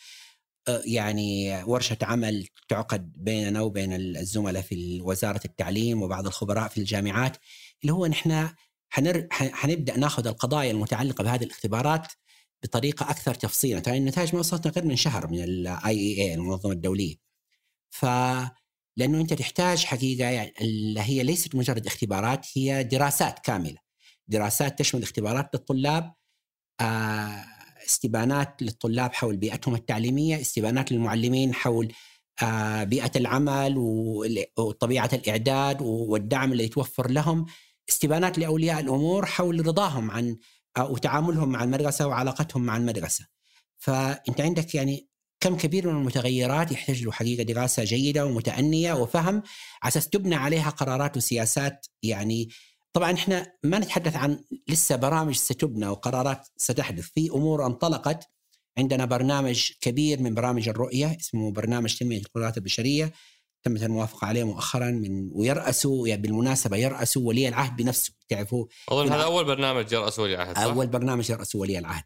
يعني ورشة عمل تعقد بيننا وبين الزملاء في وزارة التعليم وبعض الخبراء في الجامعات، اللي هو نحن حنر... حنبدأ ناخذ القضايا المتعلقة بهذه الاختبارات بطريقة أكثر تفصيلا. طبعا النتائج ما وصلت غير من شهر من ال آي إي إيه المنظمة الدولية، ف لأنه أنت تحتاج حقيقة يعني اللي هي ليست مجرد اختبارات، هي دراسات كاملة، دراسات تشمل اختبارات للطلاب، آه استبانات للطلاب حول بيئتهم التعليمية، استبانات للمعلمين حول آه بيئة العمل وطبيعة الإعداد والدعم اللي يتوفر لهم، استبانات لأولياء الأمور حول رضاهم عن آه وتعاملهم مع المدرسة وعلاقتهم مع المدرسة. فأنت عندك يعني كم كبير من المتغيرات يحتاج له حقيقة دراسة جيدة ومتأنية وفهم عساس تبنى عليها قرارات وسياسات. يعني طبعا احنا ما نتحدث عن لسه برامج ستبنى وقرارات ستحدث، في أمور انطلقت. عندنا برنامج كبير من برامج الرؤية اسمه برنامج تنمية القدرات البشرية، تمت الموافقة عليه مؤخرا من ويرأسوا يعني بالمناسبة يرأسوا ولي العهد بنفسه. تعرفوا أظن هذا أول برنامج يرأس ولي العهد، صح؟ أول برنامج يرأسوا ولي العهد.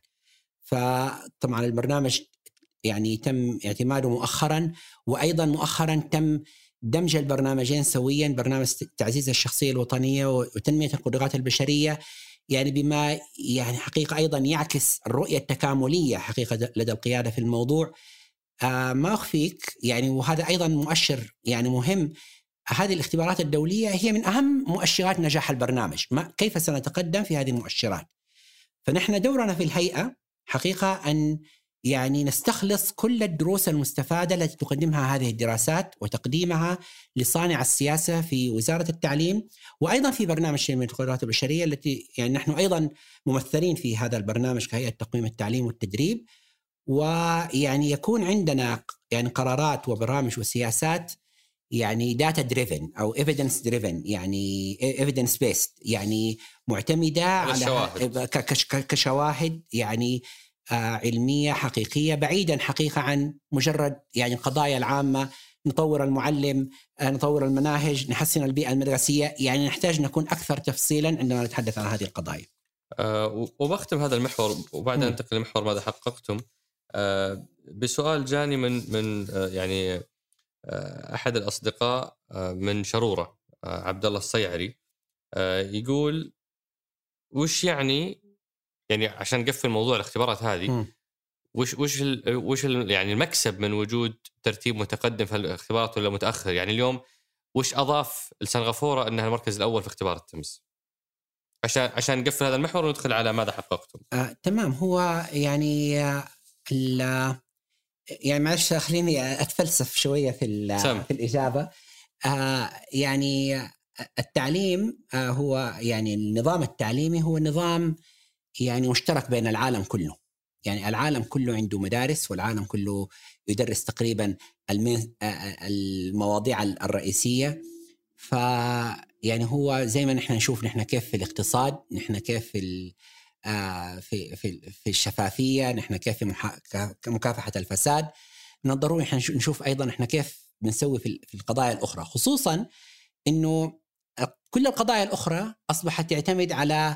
فطبعا البرنامج يعني تم اعتماده مؤخرا، وأيضا مؤخرا تم دمج البرنامجين سويا، برنامج تعزيز الشخصية الوطنية وتنمية القدرات البشرية، يعني بما يعني حقيقة أيضا يعكس الرؤية التكاملية حقيقة لدى القيادة في الموضوع. آه ما أخفيك يعني، وهذا أيضا مؤشر يعني مهم، هذه الاختبارات الدولية هي من أهم مؤشرات نجاح البرنامج، ما كيف سنتقدم في هذه المؤشرات. فنحن دورنا في الهيئة حقيقة أن يعني نستخلص كل الدروس المستفادة التي تقدمها هذه الدراسات وتقديمها لصانع السياسة في وزارة التعليم، وأيضا في برنامج تنمية القدرات البشرية التي يعني نحن أيضا ممثلين في هذا البرنامج كهيئة تقييم التعليم والتدريب. ويعني يكون عندنا يعني قرارات وبرامج وسياسات يعني data driven أو evidence driven، يعني evidence based، يعني معتمدة على كشواهد يعني آه علمية حقيقية، بعيدا حقيقة عن مجرد يعني القضايا العامة، نطور المعلم، آه نطور المناهج، نحسن البيئة المدرسية. يعني نحتاج نكون أكثر تفصيلا عندما نتحدث عن هذه القضايا. أه وبختم هذا المحور وبعد أن ننتقل لمحور ماذا حققتم أه بسؤال جاني من من أه يعني أه أحد الأصدقاء أه من شرورة، أه عبد الله الصيعري، أه يقول وش يعني يعني عشان نقفل موضوع الاختبارات هذه م. وش وش ال وش ال يعني المكسب من وجود ترتيب متقدم في الاختبارات ولا متأخر؟ يعني اليوم وش أضاف لسنغافورة أنها المركز الأول في اختبار التمس؟ عشان عشان نقفل هذا المحور وندخل على ماذا حققتم. آه، تمام. هو يعني آه يعني معلش خليني أتفلسف شوية في في الإجابة. آه يعني التعليم آه هو يعني النظام التعليمي هو نظام يعني مشترك بين العالم كله. يعني العالم كله عنده مدارس، والعالم كله يدرس تقريبا المواضيع الرئيسية. ف يعني هو زي ما نحن نشوف نحن كيف في الاقتصاد، نحن كيف في في في في الشفافية، نحن كيف في مكافحة الفساد، من الضروري نحن نشوف أيضا نحن كيف بنسوي في القضايا الأخرى، خصوصا إنه كل القضايا الأخرى أصبحت تعتمد على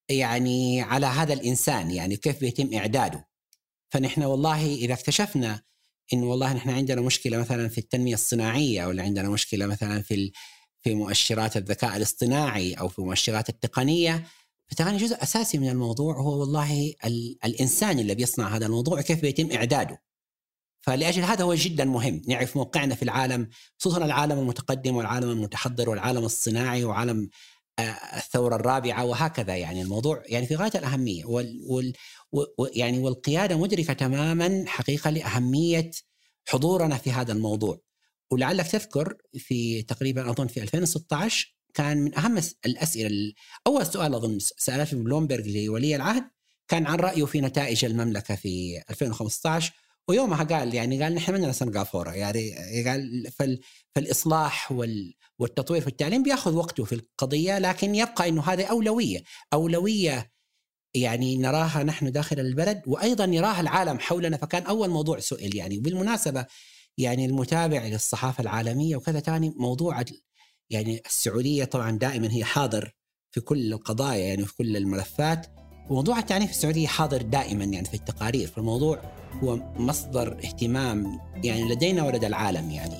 يعني على هذا الإنسان، يعني كيف بيتم إعداده. فنحن والله إذا اكتشفنا إن والله نحن عندنا مشكلة مثلا في التنمية الصناعية، ولا عندنا مشكلة مثلا في في مؤشرات الذكاء الاصطناعي أو في مؤشرات التقنية، فتعني جزء أساسي من الموضوع هو والله الإنسان اللي بيصنع هذا الموضوع كيف بيتم إعداده. فلأجل هذا هو جدا مهم نعرف موقعنا في العالم، خصوصا العالم المتقدم والعالم المتحضر والعالم الصناعي وعالم الثورة الرابعة وهكذا. يعني الموضوع يعني في غاية الأهمية، وال وال يعني والقيادة مدركة تماما حقيقة لأهمية حضورنا في هذا الموضوع. ولعلك تذكر في تقريبا أظن في ألفين وستة عشر كان من أهم الأسئلة، أول سؤال أظن سألته بلومبرج لولي العهد كان عن رأيه في نتائج المملكة في ألفين وخمسة عشر، ويومها قال يعني قال نحن مننا سنغافورة، يعني قال فال فالإصلاح وال والتطوير في التعليم بيأخذ وقته في القضية، لكن يبقى إنه هذه أولوية أولوية يعني نراها نحن داخل البلد وأيضا يراها العالم حولنا. فكان أول موضوع سئل. يعني بالمناسبة يعني المتابع للصحافة العالمية وكذا تاني موضوع يعني السعودية طبعا دائما هي حاضر في كل القضايا يعني في كل الملفات، وموضوع التعنيف في السعودية حاضر دائما يعني في التقارير. فالموضوع هو مصدر اهتمام يعني لدينا ولدى العالم. يعني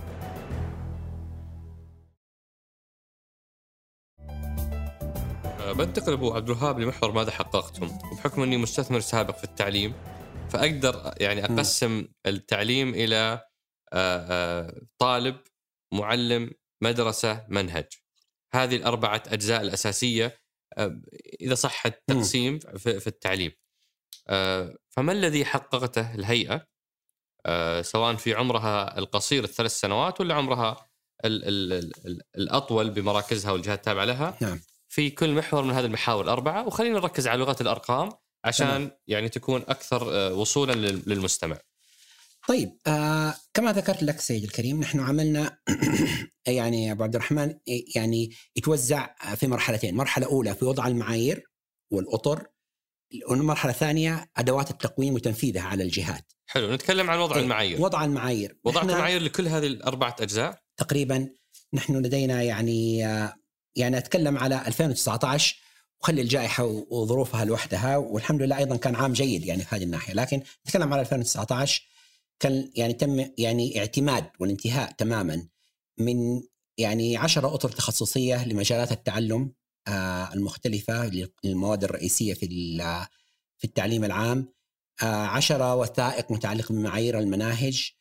بنتقل أبو عبد الوهاب لمحور ماذا حققتم. وبحكم أني مستثمر سابق في التعليم فأقدر يعني أقسم التعليم إلى طالب، معلم، مدرسة، منهج. هذه الأربعة أجزاء الأساسية إذا صح التقسيم في التعليم. فما الذي حققته الهيئة سواء في عمرها القصير الثلاث سنوات ولا عمرها الأطول بمراكزها والجهات التابعة لها نعم. في كل محور من هذه المحاور الأربعة؟ وخلينا نركز على لغة الأرقام عشان تمام. يعني تكون أكثر وصولا للمستمع. طيب آه كما ذكرت لك سيد الكريم نحن عملنا يعني أبو عبد الرحمن يعني يتوزع في مرحلتين. مرحلة أولى في وضع المعايير والأطر، والمرحلة الثانية أدوات التقويم وتنفيذها على الجهات. حلو، نتكلم عن وضع إيه المعايير. وضع المعايير وضعت المعايير لكل هذه الأربعة أجزاء تقريبا. نحن لدينا يعني يعني أتكلم على ألفين وتسعة عشر وخلي الجائحة وظروفها لوحدها، والحمد لله أيضا كان عام جيد يعني في هذه الناحية. لكن نتكلم على ألفين وتسعة عشر كان يعني تم يعني اعتماد والانتهاء تماما من يعني عشرة أطر تخصصية لمجالات التعلم المختلفة للمواد الرئيسية في في التعليم العام، عشرة وثائق متعلقة بمعايير المناهج،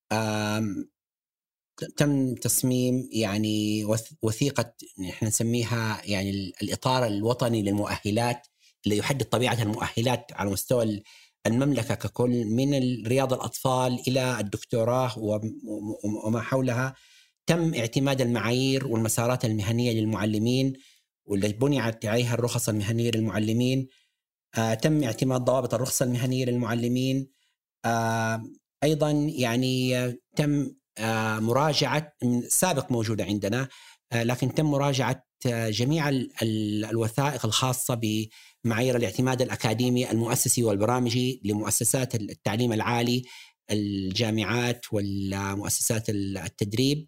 تم تصميم يعني وثيقة نحن نسميها يعني الإطار الوطني للمؤهلات اللي يحدد طبيعة المؤهلات على مستوى المملكة ككل، من رياض الأطفال إلى الدكتوراه وما حولها. تم اعتماد المعايير والمسارات المهنية للمعلمين واللي بنيت عليها الرخص المهنية للمعلمين. آه، تم اعتماد ضوابط الرخصة المهنية للمعلمين. آه، أيضا يعني آه، تم آه، مراجعة من سابق موجودة عندنا، آه، لكن تم مراجعة آه، جميع ال ال الوثائق الخاصة بمعايير الاعتماد الأكاديمي المؤسسي والبرامجي لمؤسسات التعليم العالي، الجامعات والمؤسسات التدريب.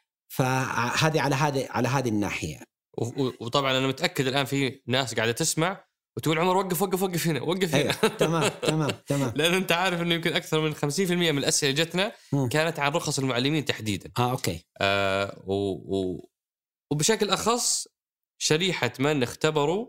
فهذه على هذه على هذه الناحية. وطبعا أنا متأكد الآن في ناس قاعدة تسمع وتقول عمر وقف وقف وقف هنا وقف هنا. أيوة. تمام تمام تمام. لأن أنت عارف إنه يمكن أكثر من خمسين بالمئة من الأسئلة جتنا م. كانت عن رخص المعلمين تحديدا. آه أوكي. آه و و وبشكل أخص شريحة من اختبروا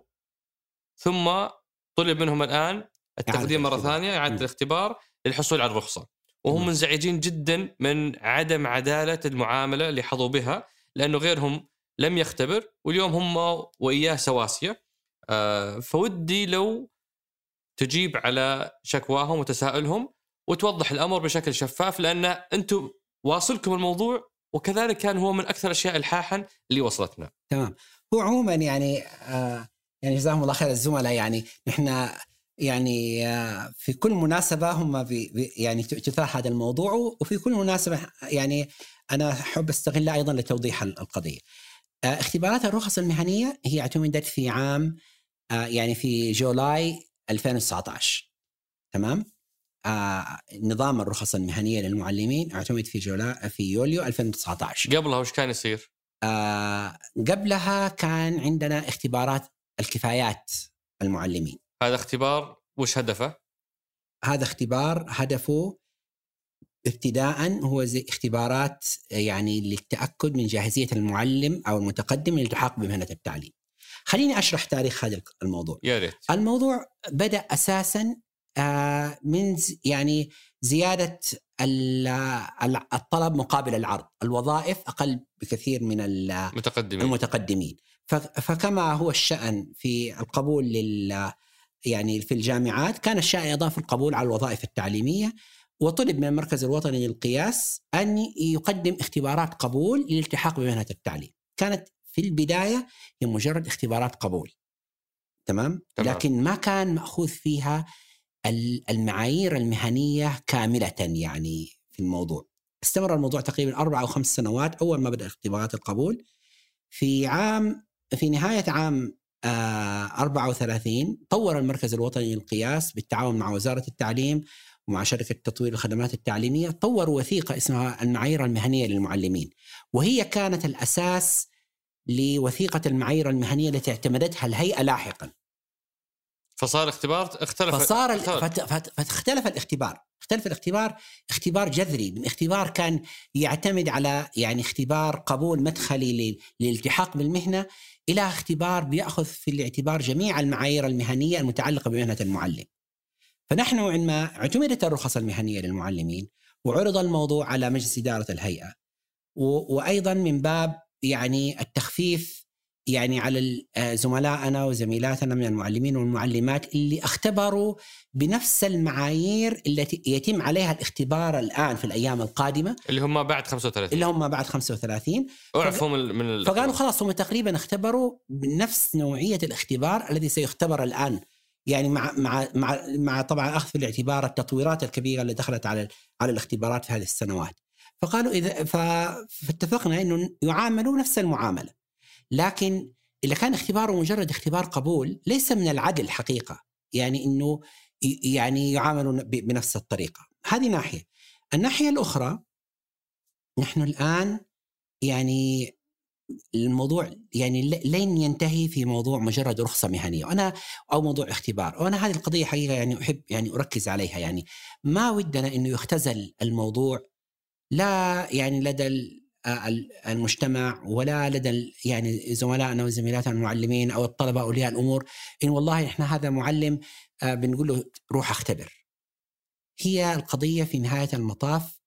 ثم طلب منهم الآن التقديم مرة ثانية إعادة الاختبار للحصول على الرخصة، وهم م. منزعجين جدا من عدم عدالة المعاملة اللي حظوا بها، لأنه غيرهم لم يختبر واليوم هم وإياه سواسية. آه فودي لو تجيب على شكواهم وتساؤلهم وتوضح الأمر بشكل شفاف، لأن أنتم واصلكم الموضوع وكذلك كان هو من أكثر أشياء إلحاحا اللي وصلتنا. تمام. هو عموما يعني آه يعني جزاهم الله خير الزملاء، يعني نحن يعني آه في كل مناسبة هم بي بي يعني تثار هذا الموضوع، وفي كل مناسبة يعني أنا أحب استغلها أيضا لتوضيح القضية. آه اختبارات الرخص المهنية هي اعتمدت في عام آه يعني في جولاي ألفين وتسعة عشر. تمام. آه نظام الرخص المهنية للمعلمين اعتمد في جولاي في يوليو ألفين وتسعة عشر. قبلها وش كان يصير؟ آه قبلها كان عندنا اختبارات الكفايات المعلمين. هذا اختبار وش هدفه؟ هذا اختبار هدفه ابتداء هو زي اختبارات يعني للتأكد من جاهزية المعلم أو المتقدم للالتحاق بمهنة التعليم. خليني أشرح تاريخ هذا الموضوع. يا ريت. الموضوع بدأ أساسا من يعني زيادة الطلب مقابل العرض. الوظائف أقل بكثير من المتقدمين, المتقدمين. فكما هو الشأن في القبول لل يعني في الجامعات، كان الشأن أيضا في القبول على الوظائف التعليمية. وطلب من المركز الوطني للقياس أن يقدم اختبارات قبول للالتحاق بمهنة التعليم. كانت في البداية هي مجرد اختبارات قبول، تمام؟ تمام. لكن ما كان مأخوذ فيها المعايير المهنية كاملة يعني في الموضوع. استمر الموضوع تقريبا أربع أو خمس سنوات أول ما بدأ اختبارات القبول. في عام في نهاية عام أربعة وثلاثين طور المركز الوطني للقياس بالتعاون مع وزارة التعليم ومع شركة تطوير الخدمات التعليمية، طوروا وثيقة اسمها المعايير المهنية للمعلمين، وهي كانت الأساس لوثيقة المعايير المهنية التي اعتمدتها الهيئة لاحقا. فصار اختبار اختلف فصار اختلف. فاختلف الاختبار اختلف الاختبار اختبار جذري من اختبار كان يعتمد على يعني اختبار قبول مدخلي للالتحاق بالمهنة إلى اختبار بيأخذ في الاعتبار جميع المعايير المهنية المتعلقة بمهنة المعلم. فنحن عندما اعتمدت الرخص المهنية للمعلمين وعرض الموضوع على مجلس إدارة الهيئة، وأيضا من باب يعني التخفيف يعني على زملائنا وزميلاتنا من المعلمين والمعلمات اللي اختبروا بنفس المعايير التي يتم عليها الاختبار الآن في الأيام القادمة، اللي هم بعد خمسة وثلاثين اللي هم بعد خمسة وثلاثين أعرفوا من من فقالوا خلاص هم تقريبا اختبروا بنفس نوعية الاختبار الذي سيختبر الآن، يعني مع مع مع مع طبعا أخذ في الاعتبار التطويرات الكبيرة اللي دخلت على على الاختبارات في هذه السنوات. فقالوا إذا فاتفقنا إنه يعاملوا نفس المعاملة، لكن إذا كان اختباره مجرد اختبار قبول ليس من العدل حقيقة يعني إنه يعني يعاملوا بنفس الطريقة. هذه ناحية. الناحية الأخرى نحن الآن يعني الموضوع يعني لين ينتهي في موضوع مجرد رخصة مهنية وأنا أو موضوع اختبار، وأنا هذه القضية حقيقة يعني أحب يعني أركز عليها. يعني ما ودنا إنه يختزل الموضوع لا يعني لدى المجتمع ولا لدى يعني زملائنا وزميلاتنا المعلمين أو الطلبة أولياء الأمور إن والله إحنا هذا معلم بنقول له روح اختبر. هي القضية في نهاية المطاف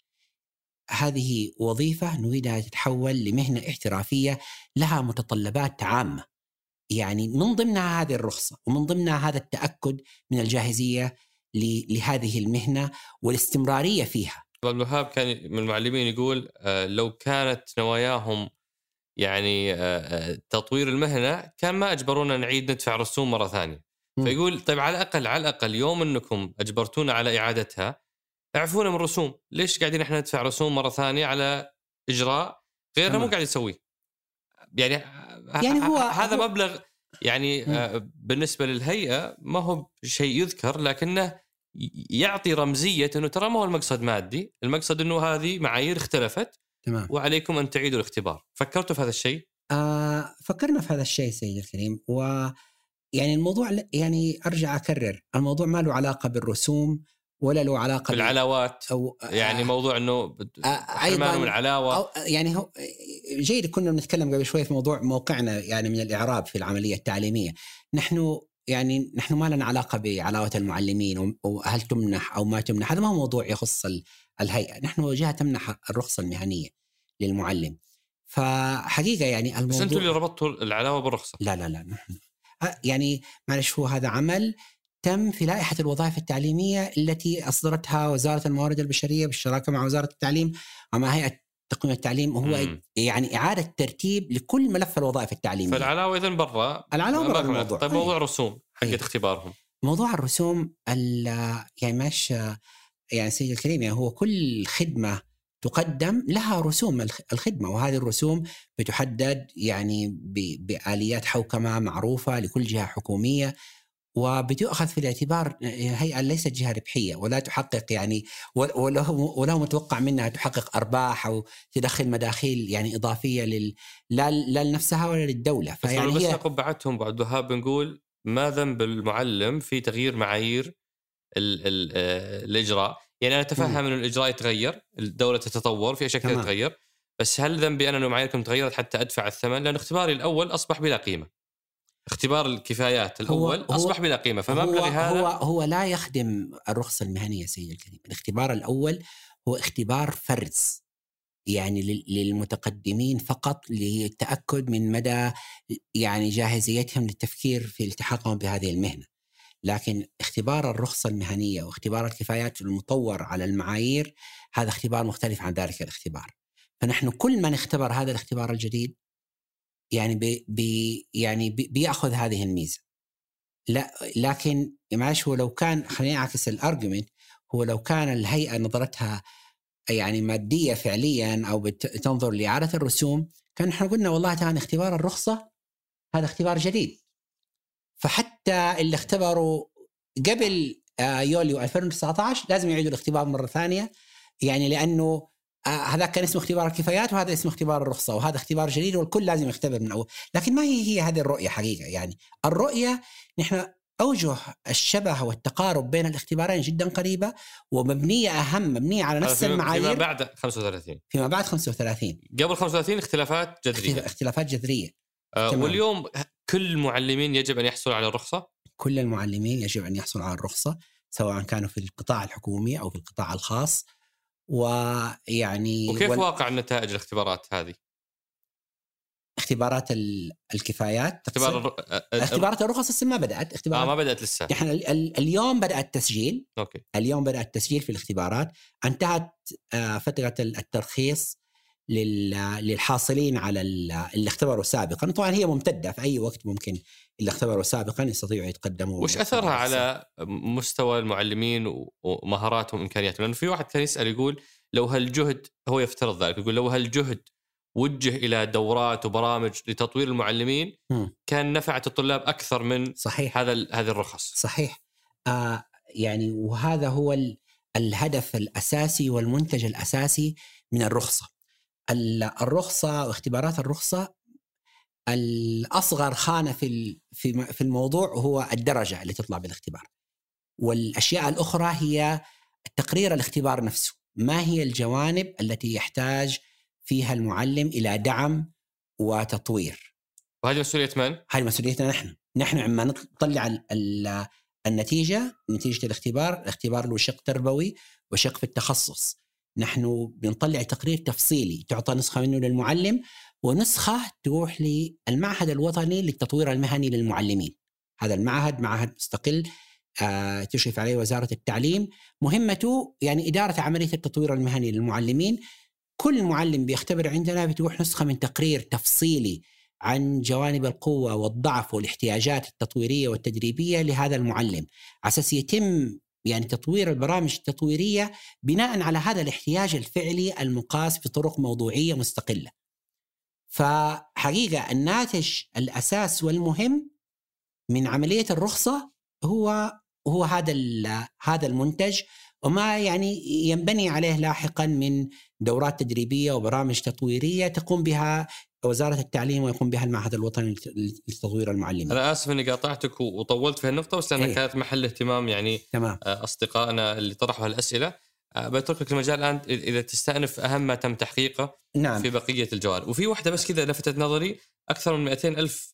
هذه وظيفة نريدها تتحول لمهنة احترافية لها متطلبات عامة، يعني من ضمنها هذه الرخصة ومن ضمنها هذا التأكد من الجاهزية لهذه المهنة والاستمرارية فيها. عبد الوهاب كان من المعلمين يقول لو كانت نواياهم يعني تطوير المهنة كان ما أجبرونا نعيد ندفع رسوم مرة ثانية. فيقول طيب على الأقل على الأقل يوم أنكم أجبرتونا على إعادتها اعفونا من رسوم، ليش قاعدين احنا ندفع رسوم مرة ثانية على إجراء غيرنا مو قاعد يسويه؟ يعني, يعني هو هذا هو مبلغ يعني م. بالنسبة للهيئة ما هو شيء يذكر، لكنه يعطي رمزية أنه ترى ما هو المقصد مادي، المقصد أنه هذه معايير اختلفت تمام. وعليكم أن تعيدوا الاختبار. فكرتوا في هذا الشيء؟ آه فكرنا في هذا الشيء سيدي الكريم، ويعني الموضوع يعني أرجع أكرر الموضوع ما له علاقة بالرسوم ولا له علاقة بالعلاوات أو يعني موضوع أنه أيضا من العلاوة أو يعني هو جيد. كنا بنتكلم قبل شوي في موضوع موقعنا يعني من الإعراب في العملية التعليمية. نحن يعني نحن ما لنا علاقة بعلاوة المعلمين وهل تمنح أو ما تمنح، هذا ما هو موضوع يخص الهيئة. نحن جهة تمنح الرخصة المهنية للمعلم. فحقيقة يعني الموضوع بس أنتوا اللي ربطوا العلاوة بالرخصة؟ لا لا لا نحن يعني معلش هو هذا عمل تم في لائحة الوظائف التعليمية التي أصدرتها وزارة الموارد البشرية بالشراكة مع وزارة التعليم ومع هيئة تقويم التعليم، وهو مم. يعني إعادة ترتيب لكل ملف الوظائف التعليمية. فالعلاوة إذن برا العلاوة برا الموضوع. طيب موضوع رسوم حقة اختبارهم، موضوع الرسوم يعني مش يعني سيد الكريم يعني هو كل خدمة تقدم لها رسوم الخدمة، وهذه الرسوم بتحدد يعني بآليات حوكمة معروفة لكل جهة حكومية، وبتأخذ في الاعتبار هيئة ليست جهة ربحية ولا تحقق يعني وله وله متوقع منها تحقق أرباح أو تدخل مداخيل يعني إضافية لل لا لا لنفسها ولا للدولة. فيعني بس هي قبعتهم بعد وهاب بنقول ما ذنب المعلم في تغيير معايير ال ال الإجراء؟ يعني أنا أتفهم أن الإجراء يتغير، الدولة تتطور، في أشياء كثيرة تتغير، بس هل ذنبي أنا أنه معاييركم تغيرت حتى أدفع الثمن؟ لأن اختباري الأول أصبح بلا قيمة، اختبار الكفايات الأول هو أصبح هو بلا قيمة، هو فمبلغي هذا هو هو لا يخدم الرخصة المهنية سيد الكريم. الاختبار الأول هو اختبار فرز، يعني للمتقدمين فقط للتأكد من مدى يعني جاهزيتهم للتفكير في التحاقهم بهذه المهنة. لكن اختبار الرخصة المهنية واختبار الكفايات المطور على المعايير هذا اختبار مختلف عن ذلك الاختبار. فنحن كل ما نختبر هذا الاختبار الجديد يعني بي بي يعني بي بيأخذ هذه الميزة. لا لكن معلش، هو لو كان، خليني أعكس الارجيومنت، هو لو كان الهيئة نظرتها يعني مادية فعليا أو بتنظر لإعادة الرسوم، كان احنا قلنا والله تعالى اختبار الرخصة هذا اختبار جديد. فحتى اللي اختبروا قبل يوليو ألفين وتسعة عشر لازم يعيدوا الاختبار مرة ثانية، يعني لأنه هذا كان اسمه اختبار الكفايات وهذا اسمه اختبار الرخصة، وهذا اختبار جديد والكل لازم يختبر من أول. لكن ما هي هي هذه الرؤية حقيقة. يعني الرؤية نحن أوجه الشبه والتقارب بين الاختبارين جدا قريبة ومبنية، أهم مبنية على نفس المعايير. فيما بعد خمسة وثلاثين فيما بعد خمسة وثلاثين قبل خمسة وثلاثين اختلافات جذرية اختلافات جذرية آه واليوم كل المعلمين يجب أن يحصلوا على الرخصة. كل المعلمين يجب أن يحصلوا على الرخصة سواء كانوا في القطاع الحكومي أو في القطاع الخاص. ويعني وكيف وال... واقع نتائج الاختبارات هذه؟ اختبارات الكفايات، اختبار الر... اختبارات الرخص ما بدأت. اختبارات آه ما بدأت لسه. احنا اليوم بدأ التسجيل. أوكي. اليوم بدأ التسجيل في الاختبارات. انتهت فترة الترخيص للحاصلين على اللي اختبروا سابقا. طبعا هي ممتدة، في أي وقت ممكن اللي اختبروا سابقا يستطيعوا يتقدموا. وش أثرها على مستوى المعلمين ومهاراتهم وإمكانياتهم؟ لأنه في واحد كان يسأل يقول لو هالجهد، هو يفترض ذلك، يقول لو هالجهد وجه إلى دورات وبرامج لتطوير المعلمين م. كان نفعت الطلاب أكثر من صحيح. هذا هذه الرخص. صحيح. آه يعني وهذا هو الهدف الأساسي والمنتج الأساسي من الرخصة. الرخصة واختبارات الرخصة الأصغر خانة في في الموضوع هو الدرجة اللي تطلع بالاختبار، والأشياء الأخرى هي تقرير الاختبار نفسه. ما هي الجوانب التي يحتاج فيها المعلم إلى دعم وتطوير؟ وهذه مسؤولية من؟ هذه مسؤوليتنا نحن. نحن عما نطلع النتيجة، نتيجة الاختبار. الاختبار له شق تربوي وشق في التخصص. نحن بنطلع تقرير تفصيلي تعطى نسخة منه للمعلم ونسخة تروح للمعهد الوطني للتطوير المهني للمعلمين. هذا المعهد معهد مستقل آه تشرف عليه وزارة التعليم. مهمته يعني إدارة عملية التطوير المهني للمعلمين. كل معلم بيختبر عندنا بتروح نسخة من تقرير تفصيلي عن جوانب القوة والضعف والاحتياجات التطويرية والتدريبية لهذا المعلم، على أساس يتم يعني تطوير البرامج التطويرية بناء على هذا الاحتياج الفعلي المقاس بطرق موضوعية مستقلة. فحقيقة الناتج الأساس والمهم من عملية الرخصة هو هو هذا هذا المنتج، وما يعني ينبني عليه لاحقا من دورات تدريبية وبرامج تطويرية تقوم بها وزارة التعليم ويقوم بها المعهد الوطني لتطوير المعلمين. أنا آسف أني قاطعتك وطولت في النقطة، بس لأنها أيه. كانت محل اهتمام يعني تمام. أصدقائنا اللي طرحوا الأسئلة. بترك لك المجال الآن إذا تستأنف أهم ما تم تحقيقه نعم. في بقية الجوانب. وفي واحدة بس كذا لفتت نظري، أكثر من مئتين ألف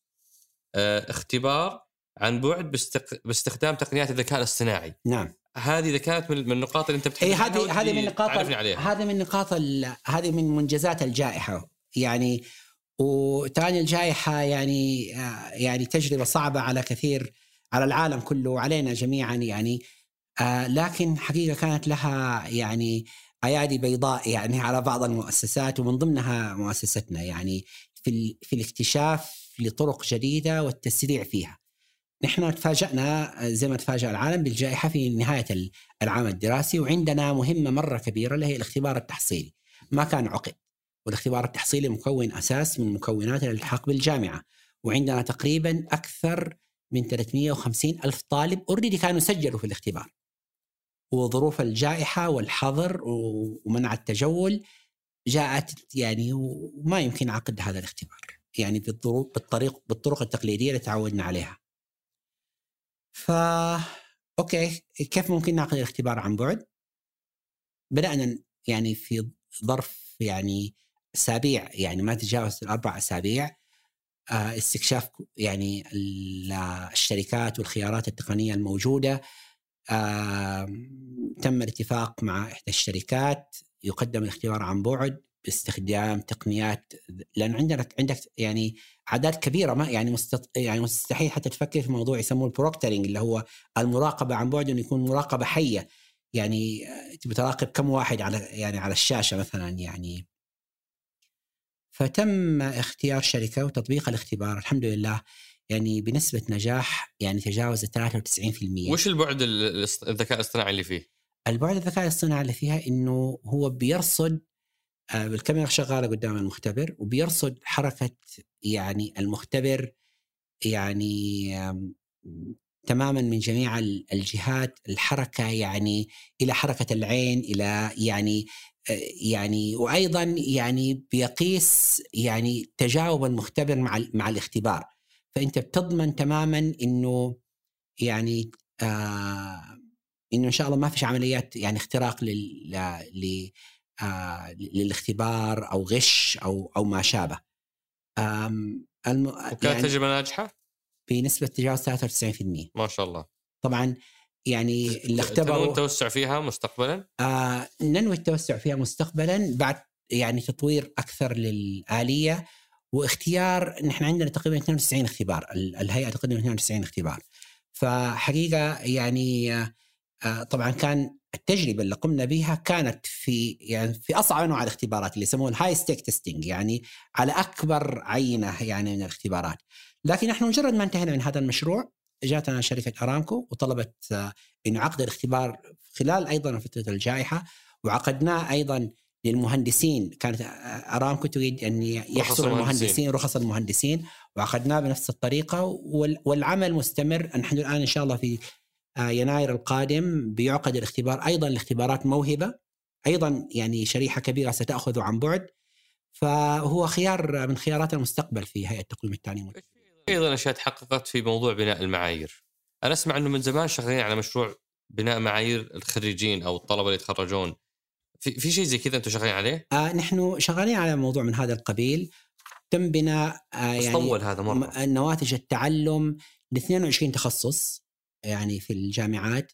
اختبار عن بعد باستخدام تقنيات الذكاء الاصطناعي. نعم. هذه إذا كانت من النقاط اللي أنت بتحكي عنها. هذه هذه من نقاط هذه من نقاط هذه من منجزات الجائحة يعني. وتاني الجائحة يعني يعني تجربة صعبة على كثير، على العالم كله وعلينا جميعا يعني. آه لكن حقيقة كانت لها يعني أيادي بيضاء يعني على بعض المؤسسات، ومن ضمنها مؤسستنا يعني في في الاكتشاف لطرق جديدة والتسريع فيها. نحن تفاجأنا زي ما تفاجأ العالم بالجائحة في نهاية العام الدراسي، وعندنا مهمة مرة كبيرة اللي هي الاختبار التحصيلي. ما كان عقد، والاختبار التحصيلي مكون أساس من مكونات الالتحاق بالجامعة، وعندنا تقريبا أكثر من ثلاثمئة وخمسين ألف طالب أوريدي كانوا سجلوا في الاختبار. وظروف الجائحة والحظر ومنع التجول جاءت يعني وما يمكن عقد هذا الاختبار يعني بالطرق بالطرق التقليدية اللي تعودنا عليها. فا أوكي، كيف ممكن نعقد الاختبار عن بعد؟ بدأنا يعني في ظرف يعني أسابيع، يعني ما تجاوز الأربع أسابيع، استكشاف يعني الشركات والخيارات التقنية الموجودة. تم الاتفاق مع إحدى الشركات يقدم الاختبار عن بعد باستخدام تقنيات، لأن عندنا عندك يعني أعداد كبيرة، ما يعني مستط... يعني مستحيل حتى تفكر في موضوع يسموه البروكترينج، اللي هو المراقبة عن بعد، إنه يكون مراقبة حية، يعني بتراقب كم واحد على يعني على الشاشة مثلا يعني. فتم اختيار شركة وتطبيق الاختبار الحمد لله يعني بنسبة نجاح يعني تجاوز ثلاثة وتسعين بالمئة. وش البعد الذكاء الاصطناعي اللي فيه؟ البعد الذكاء الاصطناعي اللي فيها إنه هو بيرصد بالكاميرا شغالة قدام المختبر، وبيرصد حركة يعني المختبر يعني تماما من جميع الجهات، الحركة يعني إلى حركة العين إلى يعني يعني وأيضا يعني بيقيس يعني تجاوب المختبر مع مع الاختبار. فأنت بتضمن تماما إنه يعني آه إنه إن شاء الله ما فيش عمليات يعني اختراق لل ل آه للاختبار أو غش أو أو ما شابه. الم... وكانت يعني تجربة ناجحة بنسبة تجاوز ثلاثة وتسعين بالمئة ما شاء الله. طبعا يعني اللي اختبروا تنوي التوسع فيها مستقبلا؟ آه ننوي التوسع فيها مستقبلا بعد يعني تطوير أكثر للآلية واختيار. نحن عندنا تقريبا اثنين وتسعين اختبار، الهيئة تقدم اثنين وتسعين اختبار. فحقيقة يعني آه طبعا كان التجربة اللي قمنا بها كانت في يعني في أصعب أنواع الاختبارات اللي يسموه الهاي ستيك تيستينج، يعني على أكبر عينة يعني من الاختبارات. لكن نحن مجرد ما انتهينا من هذا المشروع جاتنا شركة أرامكو وطلبت آه إنه عقد الاختبار خلال أيضا فترة الجائحة، وعقدناه أيضا للمهندسين. كانت أرامكو تريد أن يحصل المهندسين رخص المهندسين، وعقدناه بنفس الطريقة، والعمل مستمر. نحن الآن إن شاء الله في يناير القادم بيعقد الاختبار أيضا لاختبارات موهبة، أيضا يعني شريحة كبيرة ستأخذ عن بعد. فهو خيار من خيارات المستقبل في هيئة تقويم التعليم. أيضا أشياء تحققت في موضوع بناء المعايير. أنا أسمع أنه من زمان شغالين على مشروع بناء معايير الخريجين أو الطلبة اللي يتخرجون. في في شيء زي كذا أنتم شغالين عليه؟ آه نحن شغالين على موضوع من هذا القبيل. تم بناء آه يعني هذا مرة. نواتج التعلم ل اثنين وعشرين تخصص يعني في الجامعات،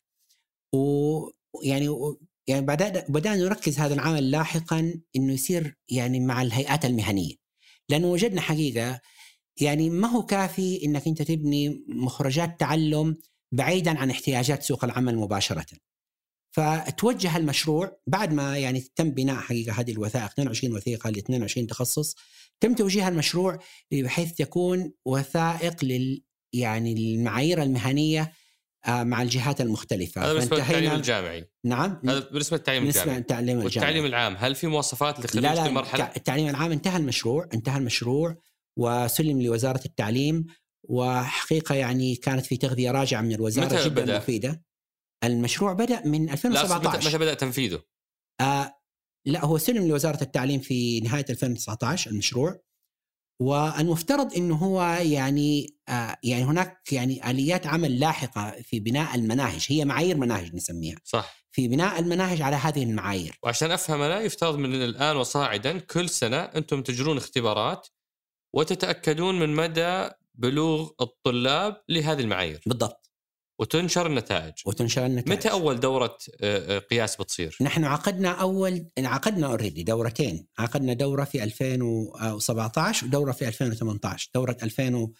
ويعني يعني بدأنا نركز هذا العمل لاحقا إنه يصير يعني مع الهيئات المهنية، لأنه وجدنا حقيقة يعني ما هو كافي إنك أنت تبني مخرجات تعلم بعيدا عن احتياجات سوق العمل مباشرة. فتوجه المشروع بعد ما يعني تم بناء حقيقة هذه الوثائق اثنين وعشرين وثيقة ل اثنين وعشرين تخصص، تم توجيه المشروع بحيث تكون وثائق لل يعني المعايير المهنية مع الجهات المختلفة. هذا بالنسبة للتعليم الجامعي. نعم، هذا بالنسبة للتعليم الجامعي. التعليم والتعليم العام هل في مواصفات لخريج لا لا المرحلة؟ التعليم العام انتهى المشروع انتهى المشروع وسلم لوزارة التعليم، وحقيقة يعني كانت في تغذية راجعة من الوزارة جدا بدأ؟ مفيدة. المشروع بدأ من ألفين وسبعة عشر. متى بدأ تنفيذه؟ آه لا هو سلم لوزارة التعليم في نهاية ألفين وتسعة عشر المشروع، والمفترض إنه هو يعني آه يعني هناك يعني آليات عمل لاحقة في بناء المناهج، هي معايير مناهج نسميها، صح، في بناء المناهج على هذه المعايير. وعشان أفهم أنا يفترض من الآن وصاعدا كل سنة أنتم تجرون اختبارات وتتأكدون من مدى بلوغ الطلاب لهذه المعايير. بالضبط. وتنشر النتائج. وتنشر النتائج. متى أول دورة قياس بتصير؟ نحن عقدنا أول عقدنا أوريدي دورتين، عقدنا دورة في ألفين وسبعة عشر ودورة في ألفين وثمانية عشر. دورة ألفين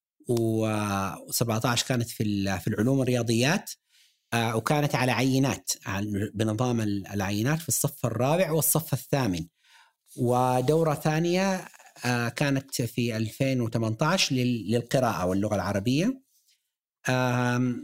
وسبعة عشر كانت في في العلوم الرياضيات، وكانت على عينات بنظام العينات في الصف الرابع والصف الثامن. ودورة ثانية كانت في ألفين وثمانية عشر للقراءة واللغة العربية. آم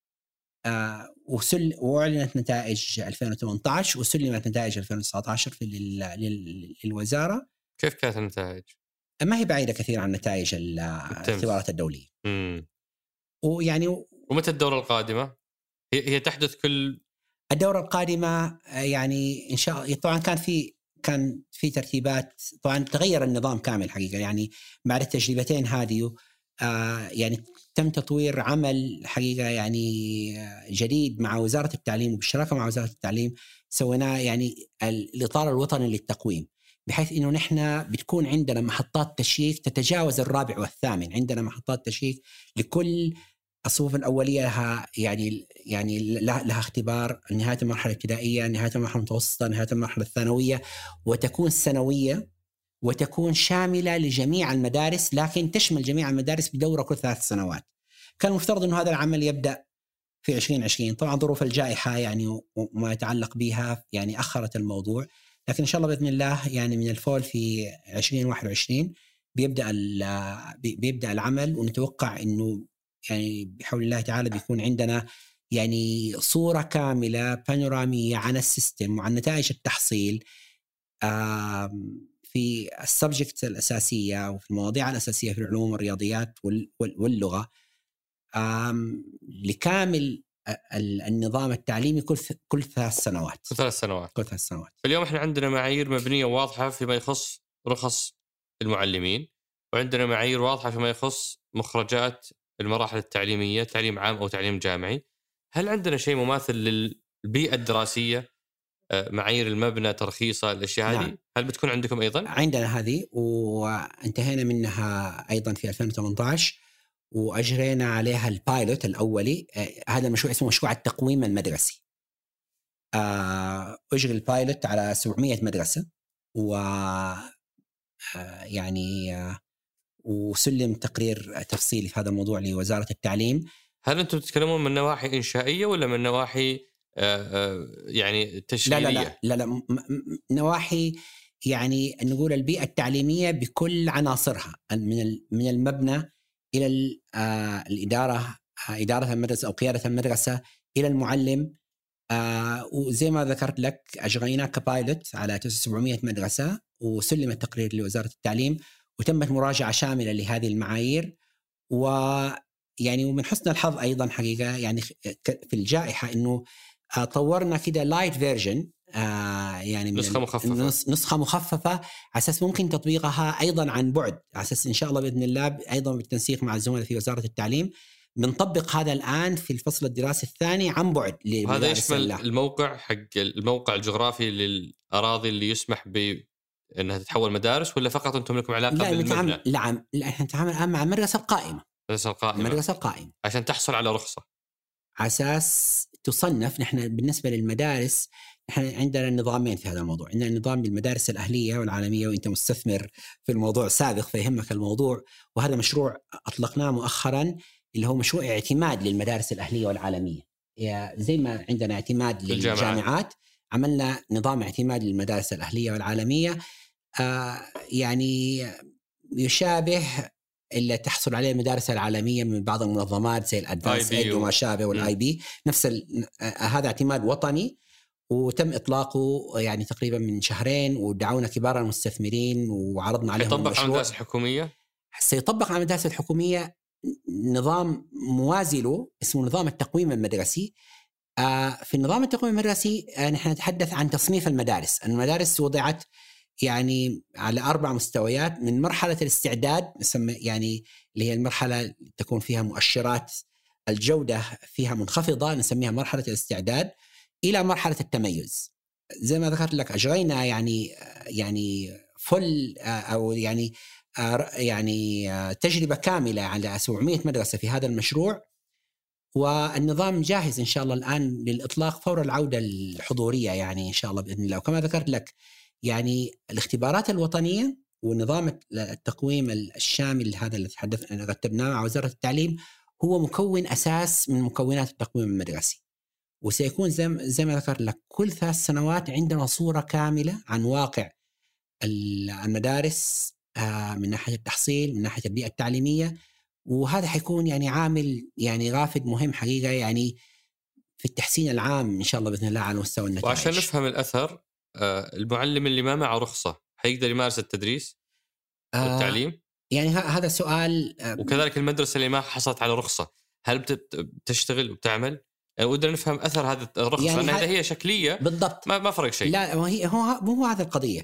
آه وسل وأعلنت نتائج ألفين وثمانية عشر وسلمت نتائج ألفين وتسعة عشر في لل... للوزارة. كيف كانت النتائج؟ ما هي بعيدة كثير عن نتائج الاختبارات الدولية. مم. ويعني و... ومتى الدورة القادمة؟ هي هي تحدث كل الدورة القادمة يعني إن شاء الله. طبعا كان في كان في ترتيبات، طبعا تغير النظام كامل حقيقة يعني بعد التجربتين هذه. آه يعني تم تطوير عمل حقيقة يعني جديد مع وزارة التعليم وبالشراكة مع وزارة التعليم، سويناه يعني الإطار الوطني للتقويم، بحيث إنه نحن بتكون عندنا محطات تشيك تتجاوز الرابع والثامن. عندنا محطات تشيك لكل الصفوف الأولية لها يعني يعني لها اختبار نهاية المرحلة الابتدائية، نهاية المرحلة المتوسطة، نهاية المرحلة الثانوية، وتكون سنوية وتكون شاملة لجميع المدارس، لكن تشمل جميع المدارس بدورة كل ثلاث سنوات. كان مفترض أنه هذا العمل يبدأ في عشرين عشرين، طبعا ظروف الجائحة يعني وما يتعلق بها يعني أخرت الموضوع، لكن إن شاء الله بإذن الله يعني من الفول في عشرين واحد وعشرين بيبدأ بيبدأ العمل، ونتوقع إنه يعني بحول الله تعالى بيكون عندنا يعني صورة كاملة بانورامية عن السيستم وعن نتائج التحصيل في السبجكت الأساسية وفي المواضيع الأساسية في العلوم والرياضيات واللغة لكامل النظام التعليمي كل كل ثلاث سنوات. كل ثلاث سنوات. كل ثلاث سنوات. فاليوم احنا عندنا معايير مبنية واضحة فيما يخص رخص المعلمين، وعندنا معايير واضحة فيما يخص مخرجات المراحل التعليمية، تعليم عام أو تعليم جامعي. هل عندنا شيء مماثل للبيئة الدراسية، معايير المبنى، ترخيصة، الأشياء هذه؟ نعم. هل بتكون عندكم أيضا؟ عندنا هذه وانتهينا منها أيضا في ألفين وثمانية عشر وأجرينا عليها البايلوت الأولي. هذا المشروع اسمه مشروع التقويم المدرسي. أجري البايلوت على سبعمية مدرسة و يعني وسلم تقرير تفصيلي في هذا الموضوع لوزارة التعليم. هل أنتم تتكلمون من نواحي إنشائية ولا من نواحي يعني تشغيلية؟ لا لا لا, لا, لا نواحي يعني نقول البيئة التعليمية بكل عناصرها، من من المبنى إلى الإدارة، إدارة المدرسة أو قيادة المدرسة، إلى المعلم. وزي ما ذكرت لك أجرينا كبايلوت على سبعمية مدرسة وسلم التقرير لوزارة التعليم، وتمت مراجعة شاملة لهذه المعايير. ويعني ومن حسن الحظ أيضا حقيقة يعني في الجائحة إنه طورنا كده لايت فيرجن، يعني نسخة مخففة نسخة مخففة على أساس ممكن تطبيقها أيضا عن بعد، على أساس إن شاء الله بإذن الله أيضا بالتنسيق مع الزملاء في وزارة التعليم بنطبق هذا الآن في الفصل الدراسي الثاني عن بعد. وهذا يشمل الموقع حق الموقع الجغرافي للأراضي اللي يسمح بأنها تتحول مدارس، ولا فقط أنتم لكم علاقة لا بالمبنى؟ لا لا احنا نتعامل الآن مع المدرسة القائمة. المدرسة القائمة. المدرسة القائمة عشان تحصل على رخصة، على أساس تصنف. نحن بالنسبة للمدارس نحن عندنا نظامين في هذا الموضوع. عندنا نظام للمدارس الأهلية والعالمية، وإنت مستثمر في الموضوع سابق فيهمك الموضوع، وهذا مشروع أطلقناه مؤخرا اللي هو مشروع اعتماد للمدارس الأهلية والعالمية. زي ما عندنا اعتماد للجامعات عملنا نظام اعتماد للمدارس الأهلية والعالمية، آه يعني يشابه اللي تحصل عليه المدارس العالمية من بعض المنظمات زي الأدفانس إيد وما شابه والآي بي. نفس هذا اعتماد وطني وتم إطلاقه يعني تقريبا من شهرين، ودعونا كبار المستثمرين وعرضنا عليهم المشروع. يطبق على المدارس الحكومية؟ سيطبق على المدارس الحكومية نظام موازي له اسمه نظام التقويم المدرسي. في النظام التقويم المدرسي نحن نتحدث عن تصنيف المدارس. المدارس وضعت يعني على أربع مستويات، من مرحلة الاستعداد نسمى يعني اللي هي المرحلة تكون فيها مؤشرات الجودة فيها منخفضة نسميها مرحلة الاستعداد، إلى مرحلة التميز. زي ما ذكرت لك أجرينا يعني يعني فل أو يعني يعني تجربة كاملة على سبعمية مدرسة في هذا المشروع، والنظام جاهز إن شاء الله الآن للإطلاق فور العودة الحضورية يعني إن شاء الله بإذن الله. وكما ذكرت لك يعني الاختبارات الوطنية ونظام التقويم الشامل هذا اللي تحدثنا رتبناه مع وزارة التعليم هو مكون أساس من مكونات التقويم المدرسي، وسيكون زي, زي ما ذكرت لك كل ثلاث سنوات عندنا صورة كاملة عن واقع المدارس من ناحية التحصيل من ناحية البيئة التعليمية. وهذا حيكون يعني عامل يعني رافد مهم حقيقة يعني في التحسين العام إن شاء الله بإذن الله على مستوى النتائج. وعشان نفهم الأثر، المعلم اللي ما معه رخصة حيقدر يمارس التدريس والتعليم؟ آه يعني هذا سؤال. آه وكذلك المدرسة اللي ما حصلت على رخصة هل بتشتغل وبتعمل؟ يعني ودنا نفهم أثر هذا الرخصة، يعني لأن هذه هي شكلية بالضبط ما ما فرق شيء. لا هي هو مو هذا القضية.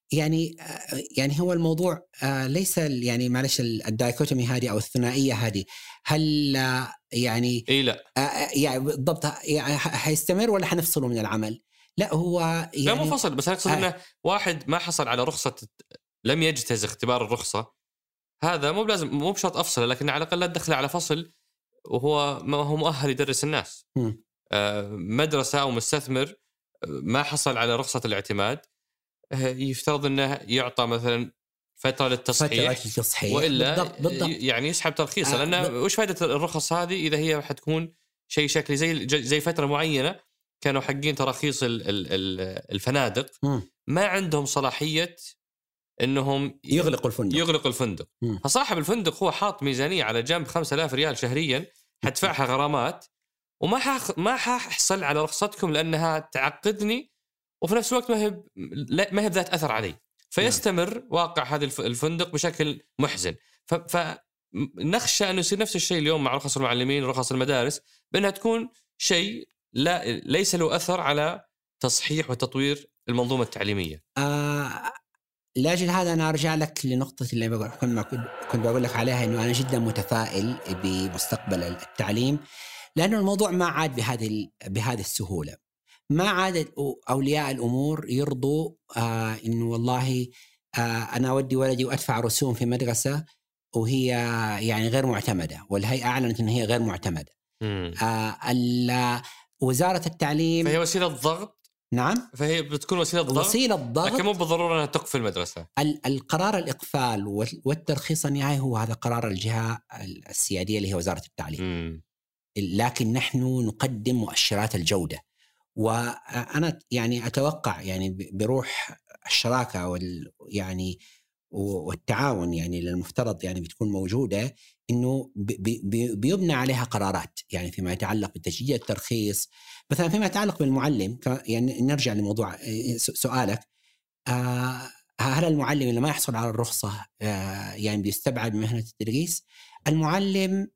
يعني يعني هو الموضوع ليس يعني معلش الدايكوتومي هذه أو الثنائية هذه، هل يعني إيه لا يعني بالضبط يعني حيستمر ولا حنفصله من العمل؟ لا هو يعني لا مو فصل، بس أنا أقصد آه إنه واحد ما حصل على رخصة، لم يجتاز اختبار الرخصة، هذا مو بلازم مو بشرط أفصله، لكن على الأقل لا تدخله على فصل وهو ما هو مؤهل يدرس الناس. آه مدرسة أو مستثمر ما حصل على رخصة الاعتماد، يفترض أنه يعطى مثلا فترة للتصحيح، فترة التصحيح وإلا بالضبط بالضبط. يعني يسحب ترخيصه. آه لأن وش فائدة الرخص هذه إذا هي حتكون شيء شكلي زي زي فترة معينة كانوا حقين تراخيص الفنادق م. ما عندهم صلاحية إنهم يغلقوا الفندق يغلقوا الفندق م. فصاحب الفندق هو حاط ميزانية على جنب خمسة آلاف ريال شهريا حدفعها غرامات، وما حخ... ما ححصل على رخصتكم لأنها تعقدني، وفي نفس الوقت ما هي ما هي ذات أثر علي، فيستمر واقع هذا الفندق بشكل محزن. ف... فنخشى أن يصير نفس الشيء اليوم مع رخص المعلمين ورخص المدارس، بأنها تكون شيء لا ليس له أثر على تصحيح وتطوير المنظومة التعليمية. آه... لاجل هذا أنا أرجع لك لنقطة اللي بقول كنت بقول لك عليها، إنه أنا جدا متفائل بمستقبل التعليم، لأنه الموضوع ما عاد بهذه بهذه السهولة. ما عاد أولياء الأمور يرضوا آه إنه والله آه أنا أودي ولدي وأدفع رسوم في مدرسة وهي يعني غير معتمدة، والهيئة أعلنت إن هي غير معتمدة. آه وزارة التعليم فهي وسيلة ضغط. نعم، فهي بتكون وسيلة ضغط، وسيلة ضغط، لكن مو بالضرورة أنها تقفل المدرسة. القرار الإقفال والترخيص النهائي هو هذا قرار الجهة السيادية اللي هي وزارة التعليم. م. لكن نحن نقدم مؤشرات الجودة، وأنا يعني أتوقع يعني بروح الشراكة وال يعني والتعاون يعني للمفترض يعني بتكون موجودة، إنه بي بي بيبنى عليها قرارات، يعني فيما يتعلق بتشجيع الترخيص، مثلا فيما يتعلق بالمعلم. يعني نرجع لموضوع سؤالك، آه هل المعلم اللي ما يحصل على الرخصة آه يعني بيستبعد من مهنة التدريس؟ المعلم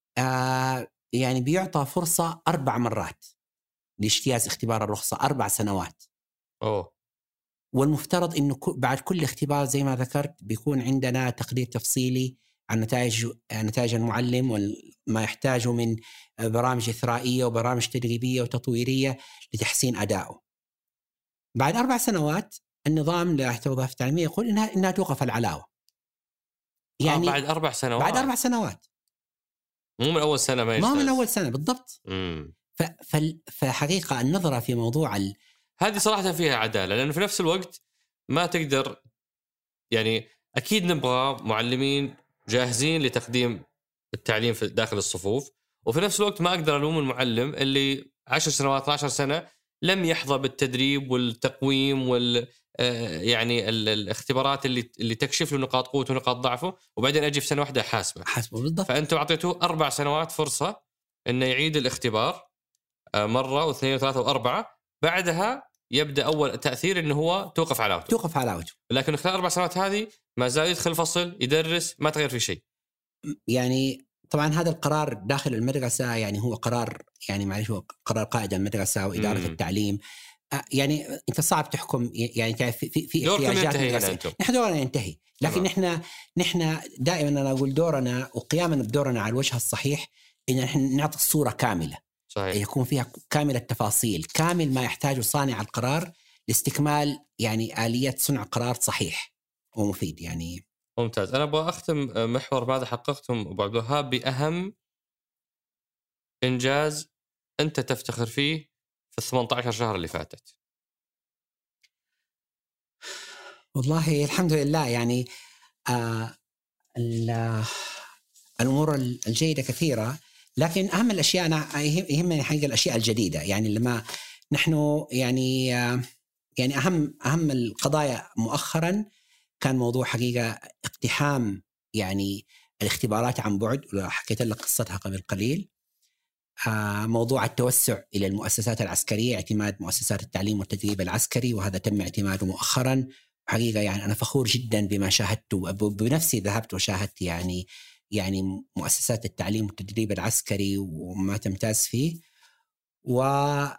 آه يعني بيعطى فرصة أربع مرات لاجتياز اختبار الرخصة، أربع سنوات. أوه. والمفترض إنه بعد كل اختبار زي ما ذكرت بيكون عندنا تقرير تفصيلي عن نتائج نتائج المعلم وما يحتاجه من برامج إثرائية وبرامج تدريبية وتطويرية لتحسين أدائه. بعد أربع سنوات النظام للوظائف التعليمية يقول إنها إنها توقف العلاوة. يعني آه بعد أربع سنوات. بعد أربع سنوات، مو من أول سنة، ما ما من أول سنة بالضبط. امم فحقيقة النظرة في موضوع ال... هذه صراحة فيها عدالة، لأنه في نفس الوقت ما تقدر يعني أكيد نبغى معلمين جاهزين لتقديم التعليم في داخل الصفوف، وفي نفس الوقت ما أقدر ألوم المعلم اللي عشر سنوات اثنا عشر سنة لم يحظى بالتدريب والتقويم وال يعني الاختبارات اللي اللي تكشف له نقاط قوته ونقاط ضعفه، وبعدين أجي في سنة واحدة حاسبه حاسبه بالضبط. فأنتم أعطيتوه أربع سنوات فرصة إنه يعيد الاختبار مرة واثنين وثلاثة وأربعة، بعدها يبدأ أول تأثير إنه هو توقف علاوته توقف علاوته لكن خلال أربع سنوات هذه ما زال يدخل فصل يدرس، ما تغير في شيء. يعني طبعا هذا القرار داخل المدرسة يعني هو قرار يعني معلش هو قرار قائد المدرسة وإدارة مم. التعليم. يعني أنت صعب تحكم يعني في في, في احتياجات نحن دورنا ينتهي، لكن نحن نحن دائما أنا أقول دورنا وقيامنا بدورنا على الوجه الصحيح إن نحن نعطي الصورة كاملة صحيح. يكون فيها كامل التفاصيل، كامل ما يحتاجه صانع القرار لاستكمال يعني آلية صنع قرار صحيح ومفيد. يعني ممتاز. أنا أبغى أختم محور ماذا حققتم أبو عبد الوهاب بأهم إنجاز أنت تفتخر فيه في الثمانية عشر شهر اللي فاتت. والله الحمد لله يعني آه الأمور الجيدة كثيرة، لكن أهم الأشياء أنا يهمني حقيقة الأشياء الجديدة. يعني لما نحن يعني آه يعني أهم أهم القضايا مؤخرا كان موضوع حقيقة اقتحام يعني الاختبارات عن بعد، وحكيت لك قصتها قبل قليل. آه موضوع التوسع إلى المؤسسات العسكرية، اعتماد مؤسسات التعليم والتدريب العسكري، وهذا تم اعتماده مؤخرا. حقيقة يعني أنا فخور جدا بما شاهدته بنفسي، ذهبت وشاهدت يعني يعني مؤسسات التعليم والتدريب العسكري وما تمتاز فيه. و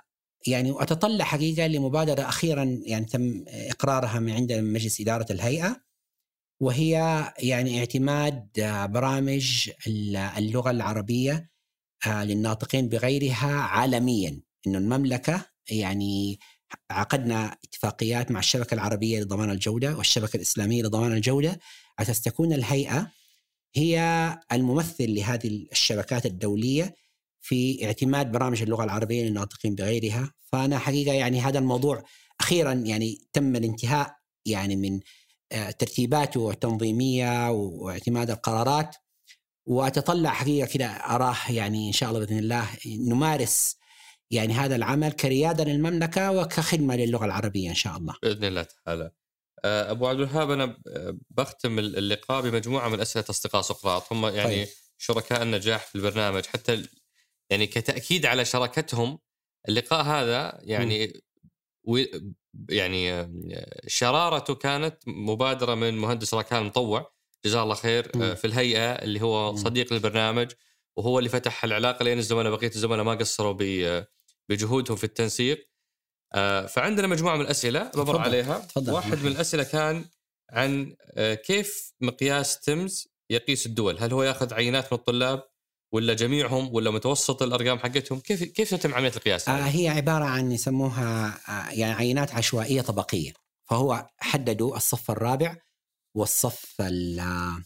يعني وأتطلع حقيقة لمبادرة أخيرا يعني تم إقرارها من عند مجلس إدارة الهيئة، وهي يعني اعتماد برامج اللغة العربية للناطقين بغيرها عالميا. إنه المملكة يعني عقدنا اتفاقيات مع الشبكة العربية لضمان الجودة والشبكة الإسلامية لضمان الجودة، عشان تكون الهيئة هي الممثل لهذه الشبكات الدولية في اعتماد برامج اللغة العربية للناطقين بغيرها. فأنا حقيقة يعني هذا الموضوع أخيرا يعني تم الانتهاء يعني من ترتيباته التنظيمية واعتماد القرارات، وأتطلع حقيقة كده أراه يعني إن شاء الله بإذن الله نمارس يعني هذا العمل كريادة للمملكة وكخدمة للغة العربية إن شاء الله بإذن الله تعالى. أبو عبد الوهاب، أنا بختم اللقاء بمجموعة من أسئلة أصدقاء سقراط هم يعني طيب. شركاء النجاح في البرنامج، حتى يعني كتأكيد على شراكتهم. اللقاء هذا يعني و يعني شرارته كانت مبادرة من مهندس راكان مطوع جزاه الله خير م. في الهيئة، اللي هو صديق للبرنامج، وهو اللي فتح العلاقة لين الزملاء بقية الزملاء ما قصروا بجهودهم في التنسيق. فعندنا مجموعة من الأسئلة بمر عليها. تفضل. واحد من الأسئلة كان عن كيف مقياس تيمز يقيس الدول، هل هو يأخذ عينات من الطلاب ولا جميعهم ولا متوسط الأرقام حقتهم؟ كيف كيف تتم عملية القياس؟ آه هي عبارة عن يسموها آه يعني عينات عشوائية طبقية. فهو حددوا الصف الرابع والصف آه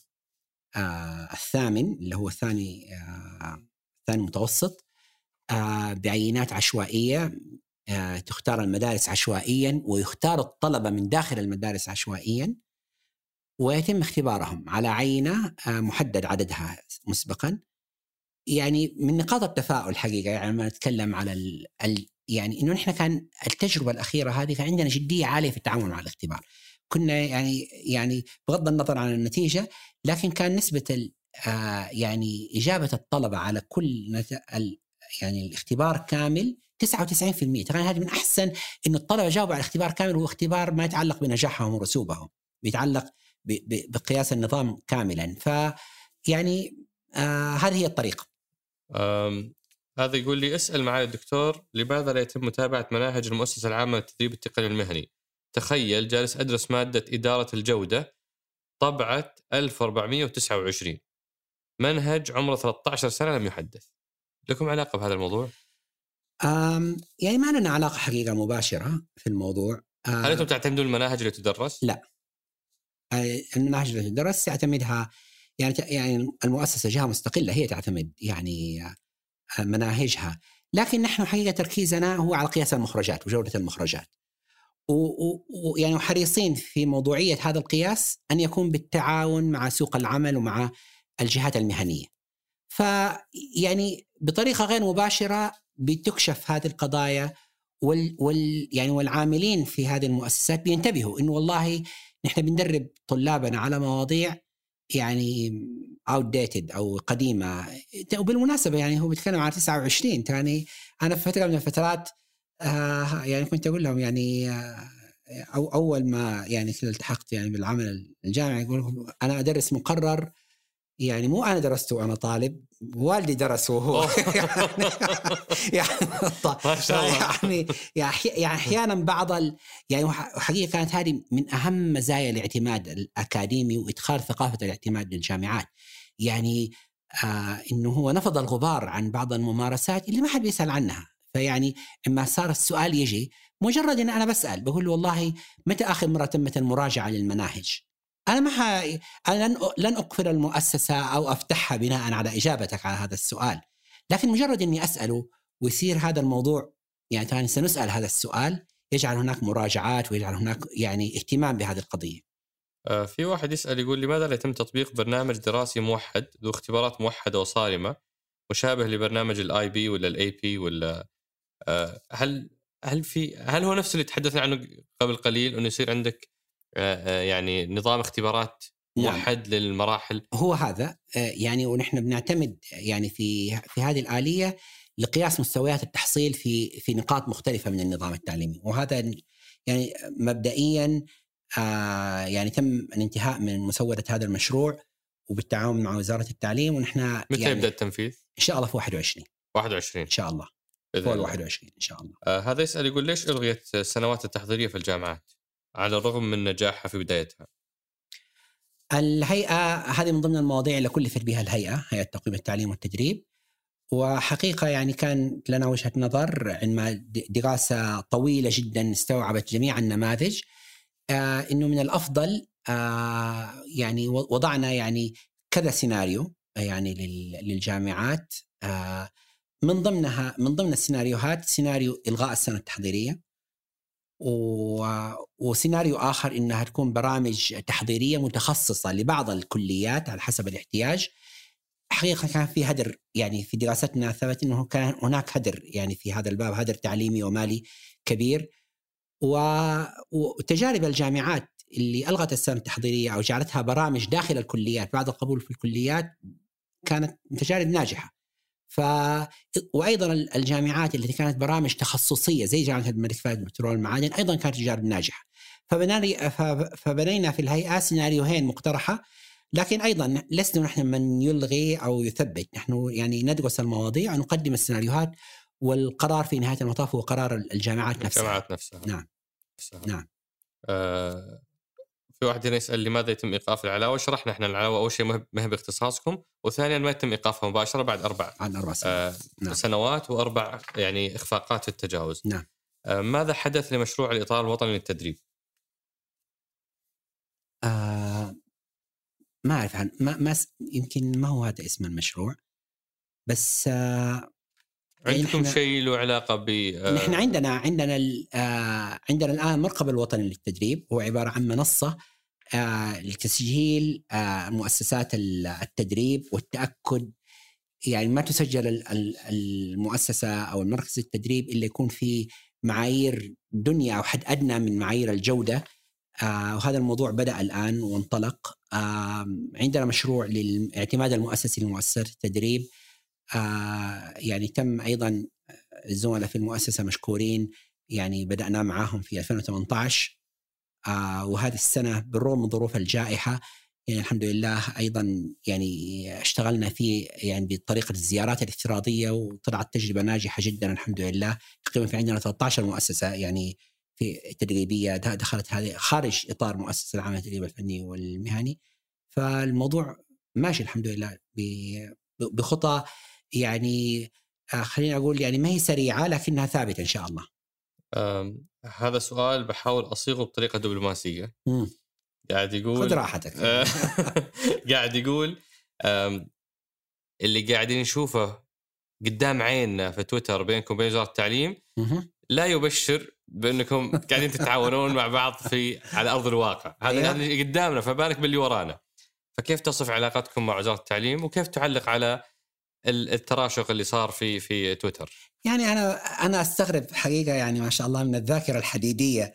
الثامن اللي هو الثاني آه ثاني متوسط آه بعينات عشوائية. آه تختار المدارس عشوائيا ويختار الطلبة من داخل المدارس عشوائيا، ويتم اختبارهم على عينة آه محدد عددها مسبقا. يعني من نقاط التفاؤل حقيقة يعني لما نتكلم على ال ال يعني إنه نحن كان التجربة الأخيرة هذه كان عندنا جدية عالية في التعامل مع الاختبار. كنا يعني يعني بغض النظر عن النتيجة، لكن كان نسبة ال آه يعني إجابة الطلبة على كل نت ال يعني الاختبار كامل تسعة وتسعين بالمئة. ترى هذه من أحسن إنه الطلبة جاوبوا على الاختبار كامل، وهو اختبار ما يتعلق بنجاحهم ورسوبهم، بيتعلق بقياس النظام كاملا. ف يعني آه هذه هي الطريقة. هذا يقول لي اسأل معالي الدكتور لماذا لا يتم متابعة مناهج المؤسسة العامة للتدريب التقني المهني؟ تخيل جالس أدرس مادة إدارة الجودة طبعة ألف وأربعمئة وتسعة وعشرين، منهج عمره ثلاثة عشر سنة لم يحدث. لكم علاقة بهذا الموضوع؟ أم يعني ما لنا علاقة حقيقة مباشرة في الموضوع. هل أنتم تعتمدون المناهج اللي تدرس؟ لا، المناهج اللي تدرس تعتمدها يعني يعني المؤسسة جهة مستقلة هي تعتمد يعني مناهجها، لكن نحن حقيقة تركيزنا هو على قياس المخرجات وجودة المخرجات، ويعني حريصين في موضوعية هذا القياس أن يكون بالتعاون مع سوق العمل ومع الجهات المهنية. فيعني بطريقة غير مباشرة بتكشف هذه القضايا، وال, وال يعني والعاملين في هذه المؤسسات بينتبهوا إنه والله نحن بندرب طلابنا على مواضيع يعني outdated أو قديمة. وبالمناسبة يعني هو بيتكلم عن تسعة وعشرين تاني. أنا في فترة من الفترات آه يعني كنت أقول لهم يعني آه أو أول ما يعني التحقت يعني بالعمل الجامعي يقول أنا أدرس مقرر يعني مو أنا درسته وأنا طالب، والدي درسه وهو يعني ما شاء الله. يعني يعني أحيانا بعض ال يعني حقيقة كانت هذه من أهم مزايا الاعتماد الأكاديمي وإدخال ثقافة الاعتماد للجامعات. يعني آه إنه هو نفض الغبار عن بعض الممارسات اللي ما حد بيسأل عنها. فيعني إما صار السؤال يجي مجرد إن أنا بسأل بقول له والله متى آخر مرة تمت المراجعة للمناهج؟ أنا ما ح... أنا لن لن أقفل المؤسسة أو أفتحها بناء على إجابتك على هذا السؤال، لكن مجرد إني أسأله ويصير هذا الموضوع يعني ثاني سنسأل هذا السؤال يجعل هناك مراجعات ويجعل هناك يعني اهتمام بهذه القضية. آه في واحد يسأل يقول لماذا لا يتم تطبيق برنامج دراسي موحد ذو اختبارات موحدة وصارمة مشابه لبرنامج الاي بي ولا الاي بي ولا آه هل هل في هل هو نفس اللي تحدثنا عنه قبل قليل انه يصير عندك يعني نظام اختبارات موحد؟ نعم. للمراحل هو هذا يعني، ونحن بنعتمد يعني في في هذه الآلية لقياس مستويات التحصيل في في نقاط مختلفة من النظام التعليمي. وهذا يعني مبدئيا آه يعني تم الانتهاء من مسودة هذا المشروع وبالتعاون مع وزارة التعليم. ونحن متى يعني يبدأ التنفيذ؟ إن شاء الله في واحد وعشرين واحد وعشرين إن شاء الله. فوق واحد وعشرين إن شاء الله. آه هذا يسأل يقول ليش ألغيت السنوات التحضيرية في الجامعات على الرغم من نجاحها في بدايتها؟ الهيئة هذه من ضمن المواضيع اللي كلفت بها الهيئة، هيئة تقويم التعليم والتدريب. وحقيقة يعني كان لنا وجهة نظر عندما دراسة طويلة جدا استوعبت جميع النماذج آه إنه من الأفضل آه يعني وضعنا يعني كذا سيناريو يعني للجامعات. آه من ضمنها من ضمن السيناريوهات سيناريو إلغاء السنة التحضيرية، وسيناريو آخر إنها تكون برامج تحضيرية متخصصة لبعض الكليات على حسب الاحتياج. حقيقة كان في هدر يعني في دراستنا ثبت إنه كان هناك هدر يعني في هذا الباب، هدر تعليمي ومالي كبير. وتجارب الجامعات اللي ألغت السنة التحضيرية أو جعلتها برامج داخل الكليات بعد القبول في الكليات كانت تجارب ناجحة. ف وأيضا الجامعات التي كانت برامج تخصصية زي جامعة الملك فهد للبترول والمعادن أيضا كانت تجارب ناجحة. فبنينا فبنينا في الهيئة سيناريوهين مقترحة، لكن أيضا لسنا نحن من يلغي أو يثبت، نحن يعني ندرس المواضيع ونقدم السيناريوهات، والقرار في نهاية المطاف هو قرار الجامعات نفسها. الجامعات نفسها. نعم. نفسها. نعم. آه في واحد هنا يسأل لماذا يتم إيقاف العلاوة؟ شرحنا إحنا العلاوة أول شيء ما هي باختصاصكم، وثانيا ما يتم إيقافها مباشرة بعد أربع عن أربع سنوات, آه نعم. سنوات وأربع يعني إخفاقات في التجاوز. نعم. آه ماذا حدث لمشروع الإطار الوطني للتدريب؟ آه ما أعرف عن ما, ما يمكن ما هو هذا اسم المشروع، بس آه عندكم شيء له علاقة ب آه نحن عندنا عندنا آه عندنا الآن المركب الوطني للتدريب، هو عبارة عن منصة آه لتسجيل آه مؤسسات التدريب والتأكد. يعني ما تسجل المؤسسة أو المركز التدريب إلا يكون في معايير دنيا أو حد أدنى من معايير الجودة. آه وهذا الموضوع بدأ الآن وانطلق. آه عندنا مشروع للاعتماد المؤسسي لمؤسسات التدريب. آه يعني تم أيضا الزملاء في المؤسسة مشكورين، يعني بدأنا معهم في ألفين وثمانية عشر. آه وهذه السنة بالرغم من ظروف الجائحة يعني الحمد لله أيضا يعني اشتغلنا فيه يعني بطريقة الزيارات الافتراضية، وطلعت تجربة ناجحة جدا الحمد لله. تقريبا في عندنا ثلاثة عشر مؤسسة يعني في تدريبية دخلت هذه خارج إطار مؤسسة العام للتدريب الفني والمهني. فالموضوع ماشي الحمد لله بخطى يعني خلينا أقول يعني ما هي سريعة لكنها ثابتة إن شاء الله. هذا سؤال بحاول أصيغه بطريقة دبلوماسية. م. قاعد يقول خذ راحتك. قاعد يقول اللي قاعدين نشوفه قدام عيننا في تويتر بينكم وبين وزارة التعليم لا يبشر بأنكم قاعدين تتعاونون مع بعض في على أرض الواقع. هذا اللي قدامنا، فبالك باللي ورانا. فكيف تصف علاقتكم مع وزارة التعليم، وكيف تعلق على التراشق اللي صار في في تويتر؟ يعني أنا أنا أستغرب حقيقة يعني ما شاء الله من الذاكرة الحديدية.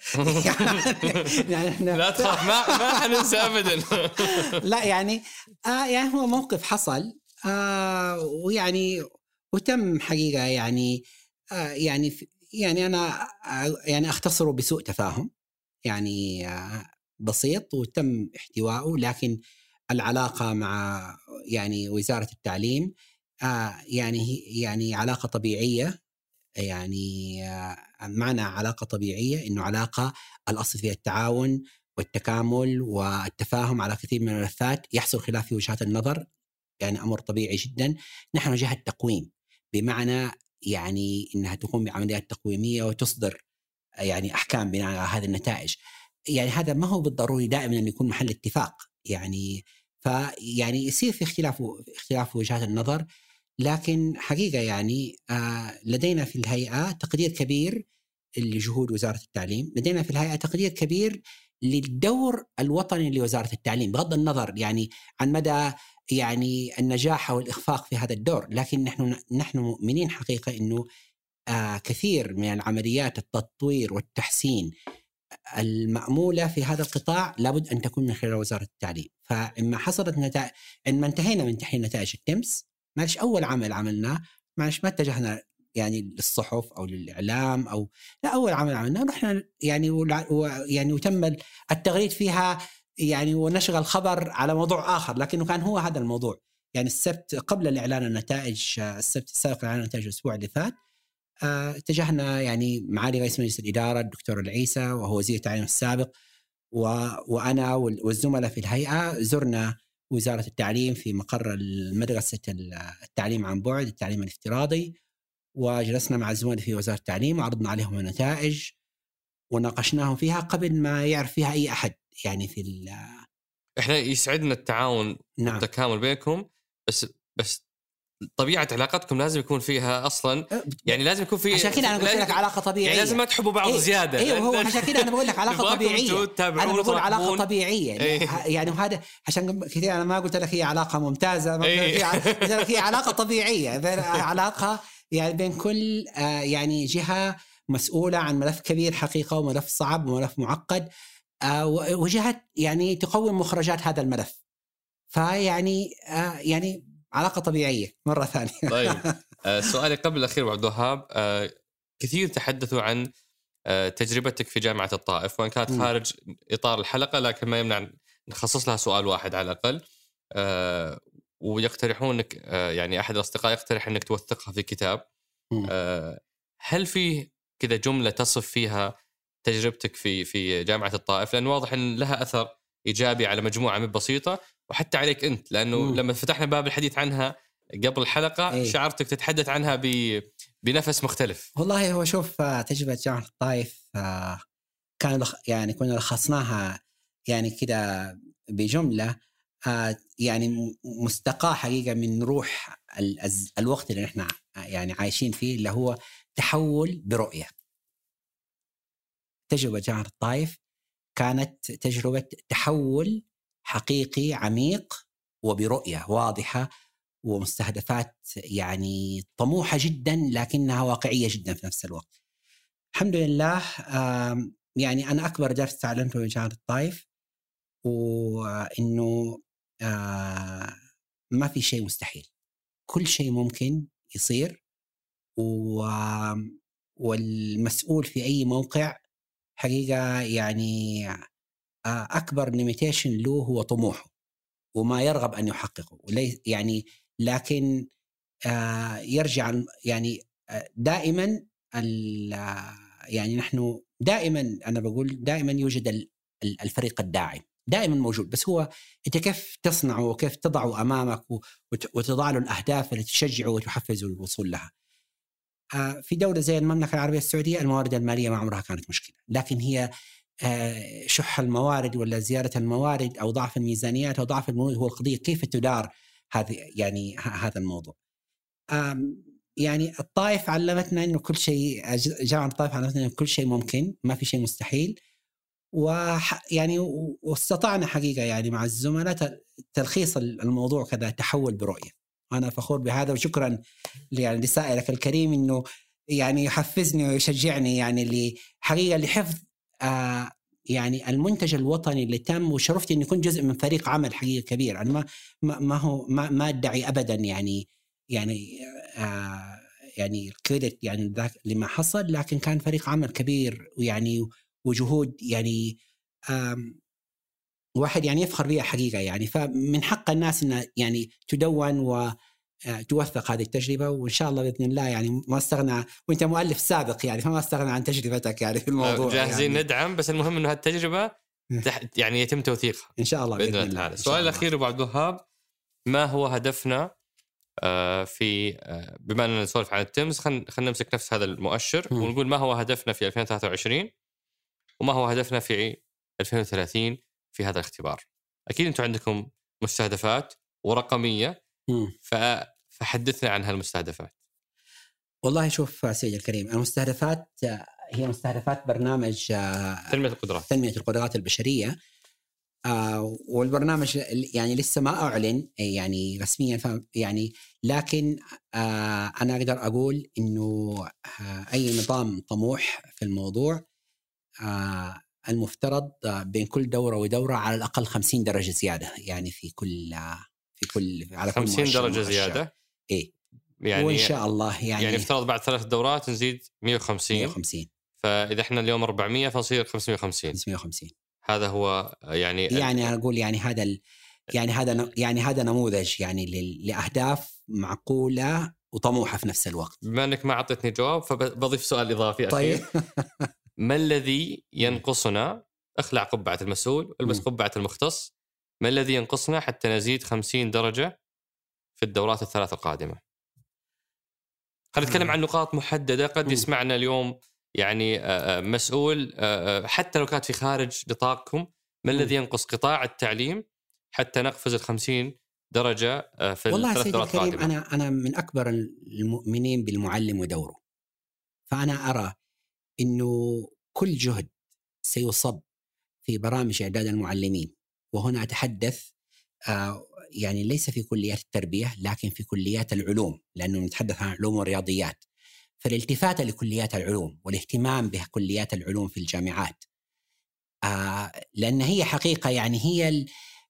يعني لا تخاف ما ما حننسى أبدا. لا يعني آه يعني هو موقف حصل آه ويعني وتم حقيقة يعني آه يعني يعني أنا آه يعني أختصره بسوء تفاهم يعني آه بسيط وتم احتوائه. لكن العلاقة مع يعني وزارة التعليم آه يعني يعني علاقة طبيعية، يعني آه معنى علاقة طبيعية إنه علاقة الأصل فيها التعاون والتكامل والتفاهم على كثير من الملفات. يحصل خلاف في وجهات النظر، يعني أمر طبيعي جدا. نحن جهة تقويم بمعنى يعني إنها تقوم بعمليات تقويمية وتصدر يعني أحكام بناء على هذه النتائج. يعني هذا ما هو بالضروري دائما أن يكون محل اتفاق، يعني فيعني يصير في اختلاف اختلاف وجهات النظر. لكن حقيقة يعني آه لدينا في الهيئة تقدير كبير لجهود وزارة التعليم، لدينا في الهيئة تقدير كبير للدور الوطني لوزارة التعليم بغض النظر يعني عن مدى يعني النجاح والإخفاق في هذا الدور. لكن نحن نحن مؤمنين حقيقة إنه آه كثير من العمليات التطوير والتحسين المأمولة في هذا القطاع لابد أن تكون من خلال وزارة التعليم. فإما حصلت نتائج، إنما انتهينا من تحليل نتائج التمس، معلش أول عمل عملناه معلش ما اتجهنا يعني للصحف أو للإعلام أو لا، أول عمل عملناه رحنا يعني ويعني وتم التغريد فيها يعني ونشر الخبر على موضوع آخر، لكنه كان هو هذا الموضوع. يعني السبت قبل الإعلان النتائج، السبت السابق إعلان النتائج الأسبوع اللي فات، اتجهنا يعني معالي رئيس مجلس الإدارة الدكتور العيسى وهو وزير التعليم السابق و... وأنا والزملاء في الهيئة زرنا وزارة التعليم في مقر المدرسة التعليم عن بعد التعليم الافتراضي، وجلسنا مع الزملاء في وزارة التعليم وعرضنا عليهم النتائج وناقشناهم فيها قبل ما يعرف فيها أي أحد يعني في ال... إحنا يسعدنا التعاون نعم. والتكامل بينكم، بس بس طبيعة علاقتكم لازم يكون فيها أصلاً يعني لازم يكون في عشان كده أنا بقول لك علاقة طبيعية يعني لازم ما تحبوا بعض إيه زيادة إيه هو عشان كده أنا بقول لك علاقة طبيعية أنا بقول علاقة طبيعية إيه. يعني وهذا عشان كثير أنا ما قلت لك هي علاقة ممتازة ما إيه. قلت لك هي علاقة طبيعية علاقة يعني بين كل يعني جهة مسؤولة عن ملف كبير حقيقة وملف صعب وملف معقد وجهة يعني تقوم مخرجات هذا الملف، فيعني يعني علاقة طبيعية مرة ثانية. طيب آه سؤالي قبل الأخير عبد الوهاب، آه كثير تحدثوا عن آه تجربتك في جامعة الطائف، وإن كانت خارج م. إطار الحلقة لكن ما يمنع نخصص لها سؤال واحد على الأقل، آه ويقترحونك آه يعني أحد الأصدقاء يقترح أنك توثقها في كتاب. آه هل في كذا جملة تصف فيها تجربتك في في جامعة الطائف؟ لأن واضح أن لها أثر إيجابي على مجموعة من بسيطة وحتى عليك أنت، لأنه مم. لما فتحنا باب الحديث عنها قبل الحلقة أي. شعرتك تتحدث عنها ب... بنفس مختلف. والله هو شوف تجربة جامعة الطائف كان يعني كنا لخصناها يعني كده بجملة يعني مستقاة حقيقة من روح الوقت اللي نحن يعني عايشين فيه، اللي هو تحول برؤية. تجربة جامعة الطائف كانت تجربة تحول حقيقي عميق وبرؤية واضحة ومستهدفات يعني طموحة جدا لكنها واقعية جدا في نفس الوقت. الحمد لله يعني أنا أكبر درس تعلمته من جامعة الطائف وإنه ما في شيء مستحيل، كل شيء ممكن يصير، والمسؤول في أي موقع حقيقة يعني أكبر ليميتيشن له هو طموحه وما يرغب أن يحققه، يعني لكن يرجع يعني دائما يعني نحن دائما أنا بقول دائما يوجد الفريق الداعم دائما موجود، بس هو أنت كيف تصنعه وكيف تضعه أمامك وتضع له الأهداف التي تشجعه وتحفزه للوصول لها. في دولة زي المملكة العربية السعودية الموارد المالية ما عمرها كانت مشكلة، لكن هي شح الموارد ولا زيادة الموارد أو ضعف الميزانيات أو ضعف الموارد هو القضية كيف تدار هذه يعني هذا الموضوع. يعني الطائف علمتنا إنه كل شيء، جامعة الطائف علمتنا إنه كل شيء ممكن، ما في شيء مستحيل، ويعني واستطعنا حقيقة يعني مع الزملاء تلخيص الموضوع كذا تحول برؤية. أنا فخور بهذا وشكرا يعني لسائلك الكريم إنه يعني يحفزني ويشجعني يعني لحقيقة لحفظ آه يعني المنتج الوطني اللي تم، وشرفت إني كنت جزء من فريق عمل حقيقة كبير. أنا ما ما هو ما ما أدعي أبدا يعني يعني آه يعني الكريدت يعني ذاك لما حصل، لكن كان فريق عمل كبير ويعني وجهود يعني واحد يعني يفخر بها حقيقة يعني. فمن حق الناس إن يعني تدون وتوثق هذه التجربة، وإن شاء الله بإذن الله يعني ما استغنى، وإنت مؤلف سابق يعني فما استغنى عن تجربتك يعني في الموضوع. جاهزين يعني ندعم، بس المهم إنه هالتجربة يعني يتم توثيقها إن شاء الله بإذن الله. السؤال الأخير أبو عبد الوهاب، ما هو هدفنا في بما أننا نسولف عن التيمز، خلينا خلينا نمسك نفس هذا المؤشر م. ونقول ما هو هدفنا في ألفين وثلاثة وعشرين وما هو هدفنا في ألفين وثلاثين في هذا الاختبار. أكيد أنتم عندكم مستهدفات ورقمية، فحدثنا عن هالمستهدفات. والله شوف سيدي الكريم، المستهدفات هي مستهدفات برنامج تنمية القدرات تنمية القدرات البشرية، والبرنامج يعني لسه ما أعلن يعني رسميا يعني، لكن أنا أقدر أقول إنه أي نظام طموح في الموضوع المفترض بين كل دورة ودورة على الأقل خمسين درجة زيادة يعني في كل في كل على كل خمسين درجة مؤشر. زيادة إيه يعني وإن شاء الله يعني يعني افترض بعد ثلاث دورات نزيد مية وخمسين مية وخمسين، فإذا إحنا اليوم أربعمية فنصير خمسمية وخمسين خمسمية وخمسين. هذا هو يعني يعني أنا أقول يعني هذا ال... يعني هذا يعني هذا نموذج يعني لأهداف معقولة وطموحة في نفس الوقت. بما أنك ما أعطيتني جواب فبضيف سؤال إضافي أخير. طيب. ما الذي ينقصنا؟ أخلع قبعة المسؤول والبس قبعة المختص. ما الذي ينقصنا حتى نزيد خمسين درجة في الدورات الثلاث القادمة؟ خلينا نتكلم عن نقاط محددة. قد يسمعنا اليوم يعني مسؤول حتى لو كانت في خارج نطاقكم. ما الذي ينقص قطاع التعليم حتى نقفز الخمسين درجة في الثلاث دورات القادمة؟ والله أنا أنا من أكبر المؤمنين بالمعلم ودوره. فأنا أرى إنه كل جهد سيصب في برامج إعداد المعلمين، وهنا أتحدث آه يعني ليس في كليات التربية لكن في كليات العلوم، لأنه نتحدث عن علوم والرياضيات. فالالتفات لكليات العلوم والاهتمام بكليات العلوم في الجامعات، آه لأن هي حقيقة يعني هي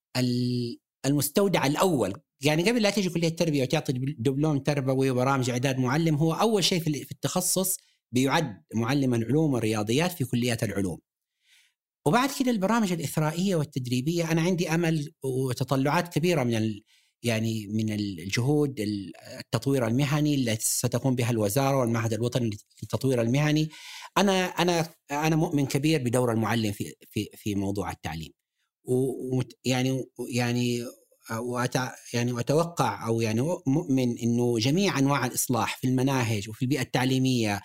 المستودع الأول. يعني قبل لا تيجي كلية التربية وتعطي دبلوم تربوي وبرامج إعداد معلم، هو أول شيء في التخصص بيعد معلما علوم والرياضيات في كليات العلوم. وبعد كده البرامج الإثرائية والتدريبية، أنا عندي أمل وتطلعات كبيرة من ال يعني من الجهود التطوير المهني التي ستقوم بها الوزارة والمعهد الوطني للتطوير المهني. أنا أنا أنا مؤمن كبير بدور المعلم في في في موضوع التعليم. ويعني يعني وأتع يعني وأتوقع أو يعني مؤمن إنه جميع أنواع الإصلاح في المناهج وفي البيئة التعليمية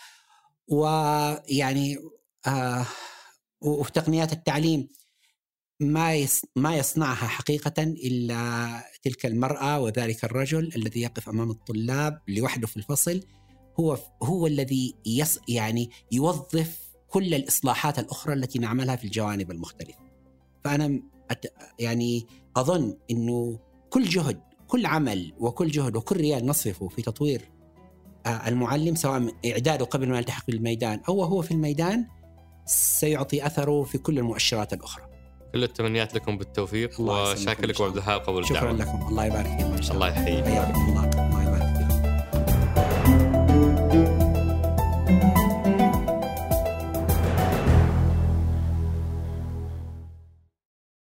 ويعني آه وفي تقنيات التعليم ما ما يصنعها حقيقة إلا تلك المرأة وذلك الرجل الذي يقف أمام الطلاب لوحده في الفصل. هو هو الذي يص يعني يوظف كل الإصلاحات الأخرى التي نعملها في الجوانب المختلفة. فأنا أت يعني أظن إنه كل جهد كل عمل وكل جهد وكل ريال نصرفه في تطوير المعلم، سواء إعداده قبل ما يلتحق بالميدان أو هو في الميدان، سيعطي أثره في كل المؤشرات الأخرى. كل التمنيات لكم بالتوفيق، وشاكر لكم عبد الوهاب قبول الدعوة. شكرا لكم، الله يبارك فيكم. الله يحييك.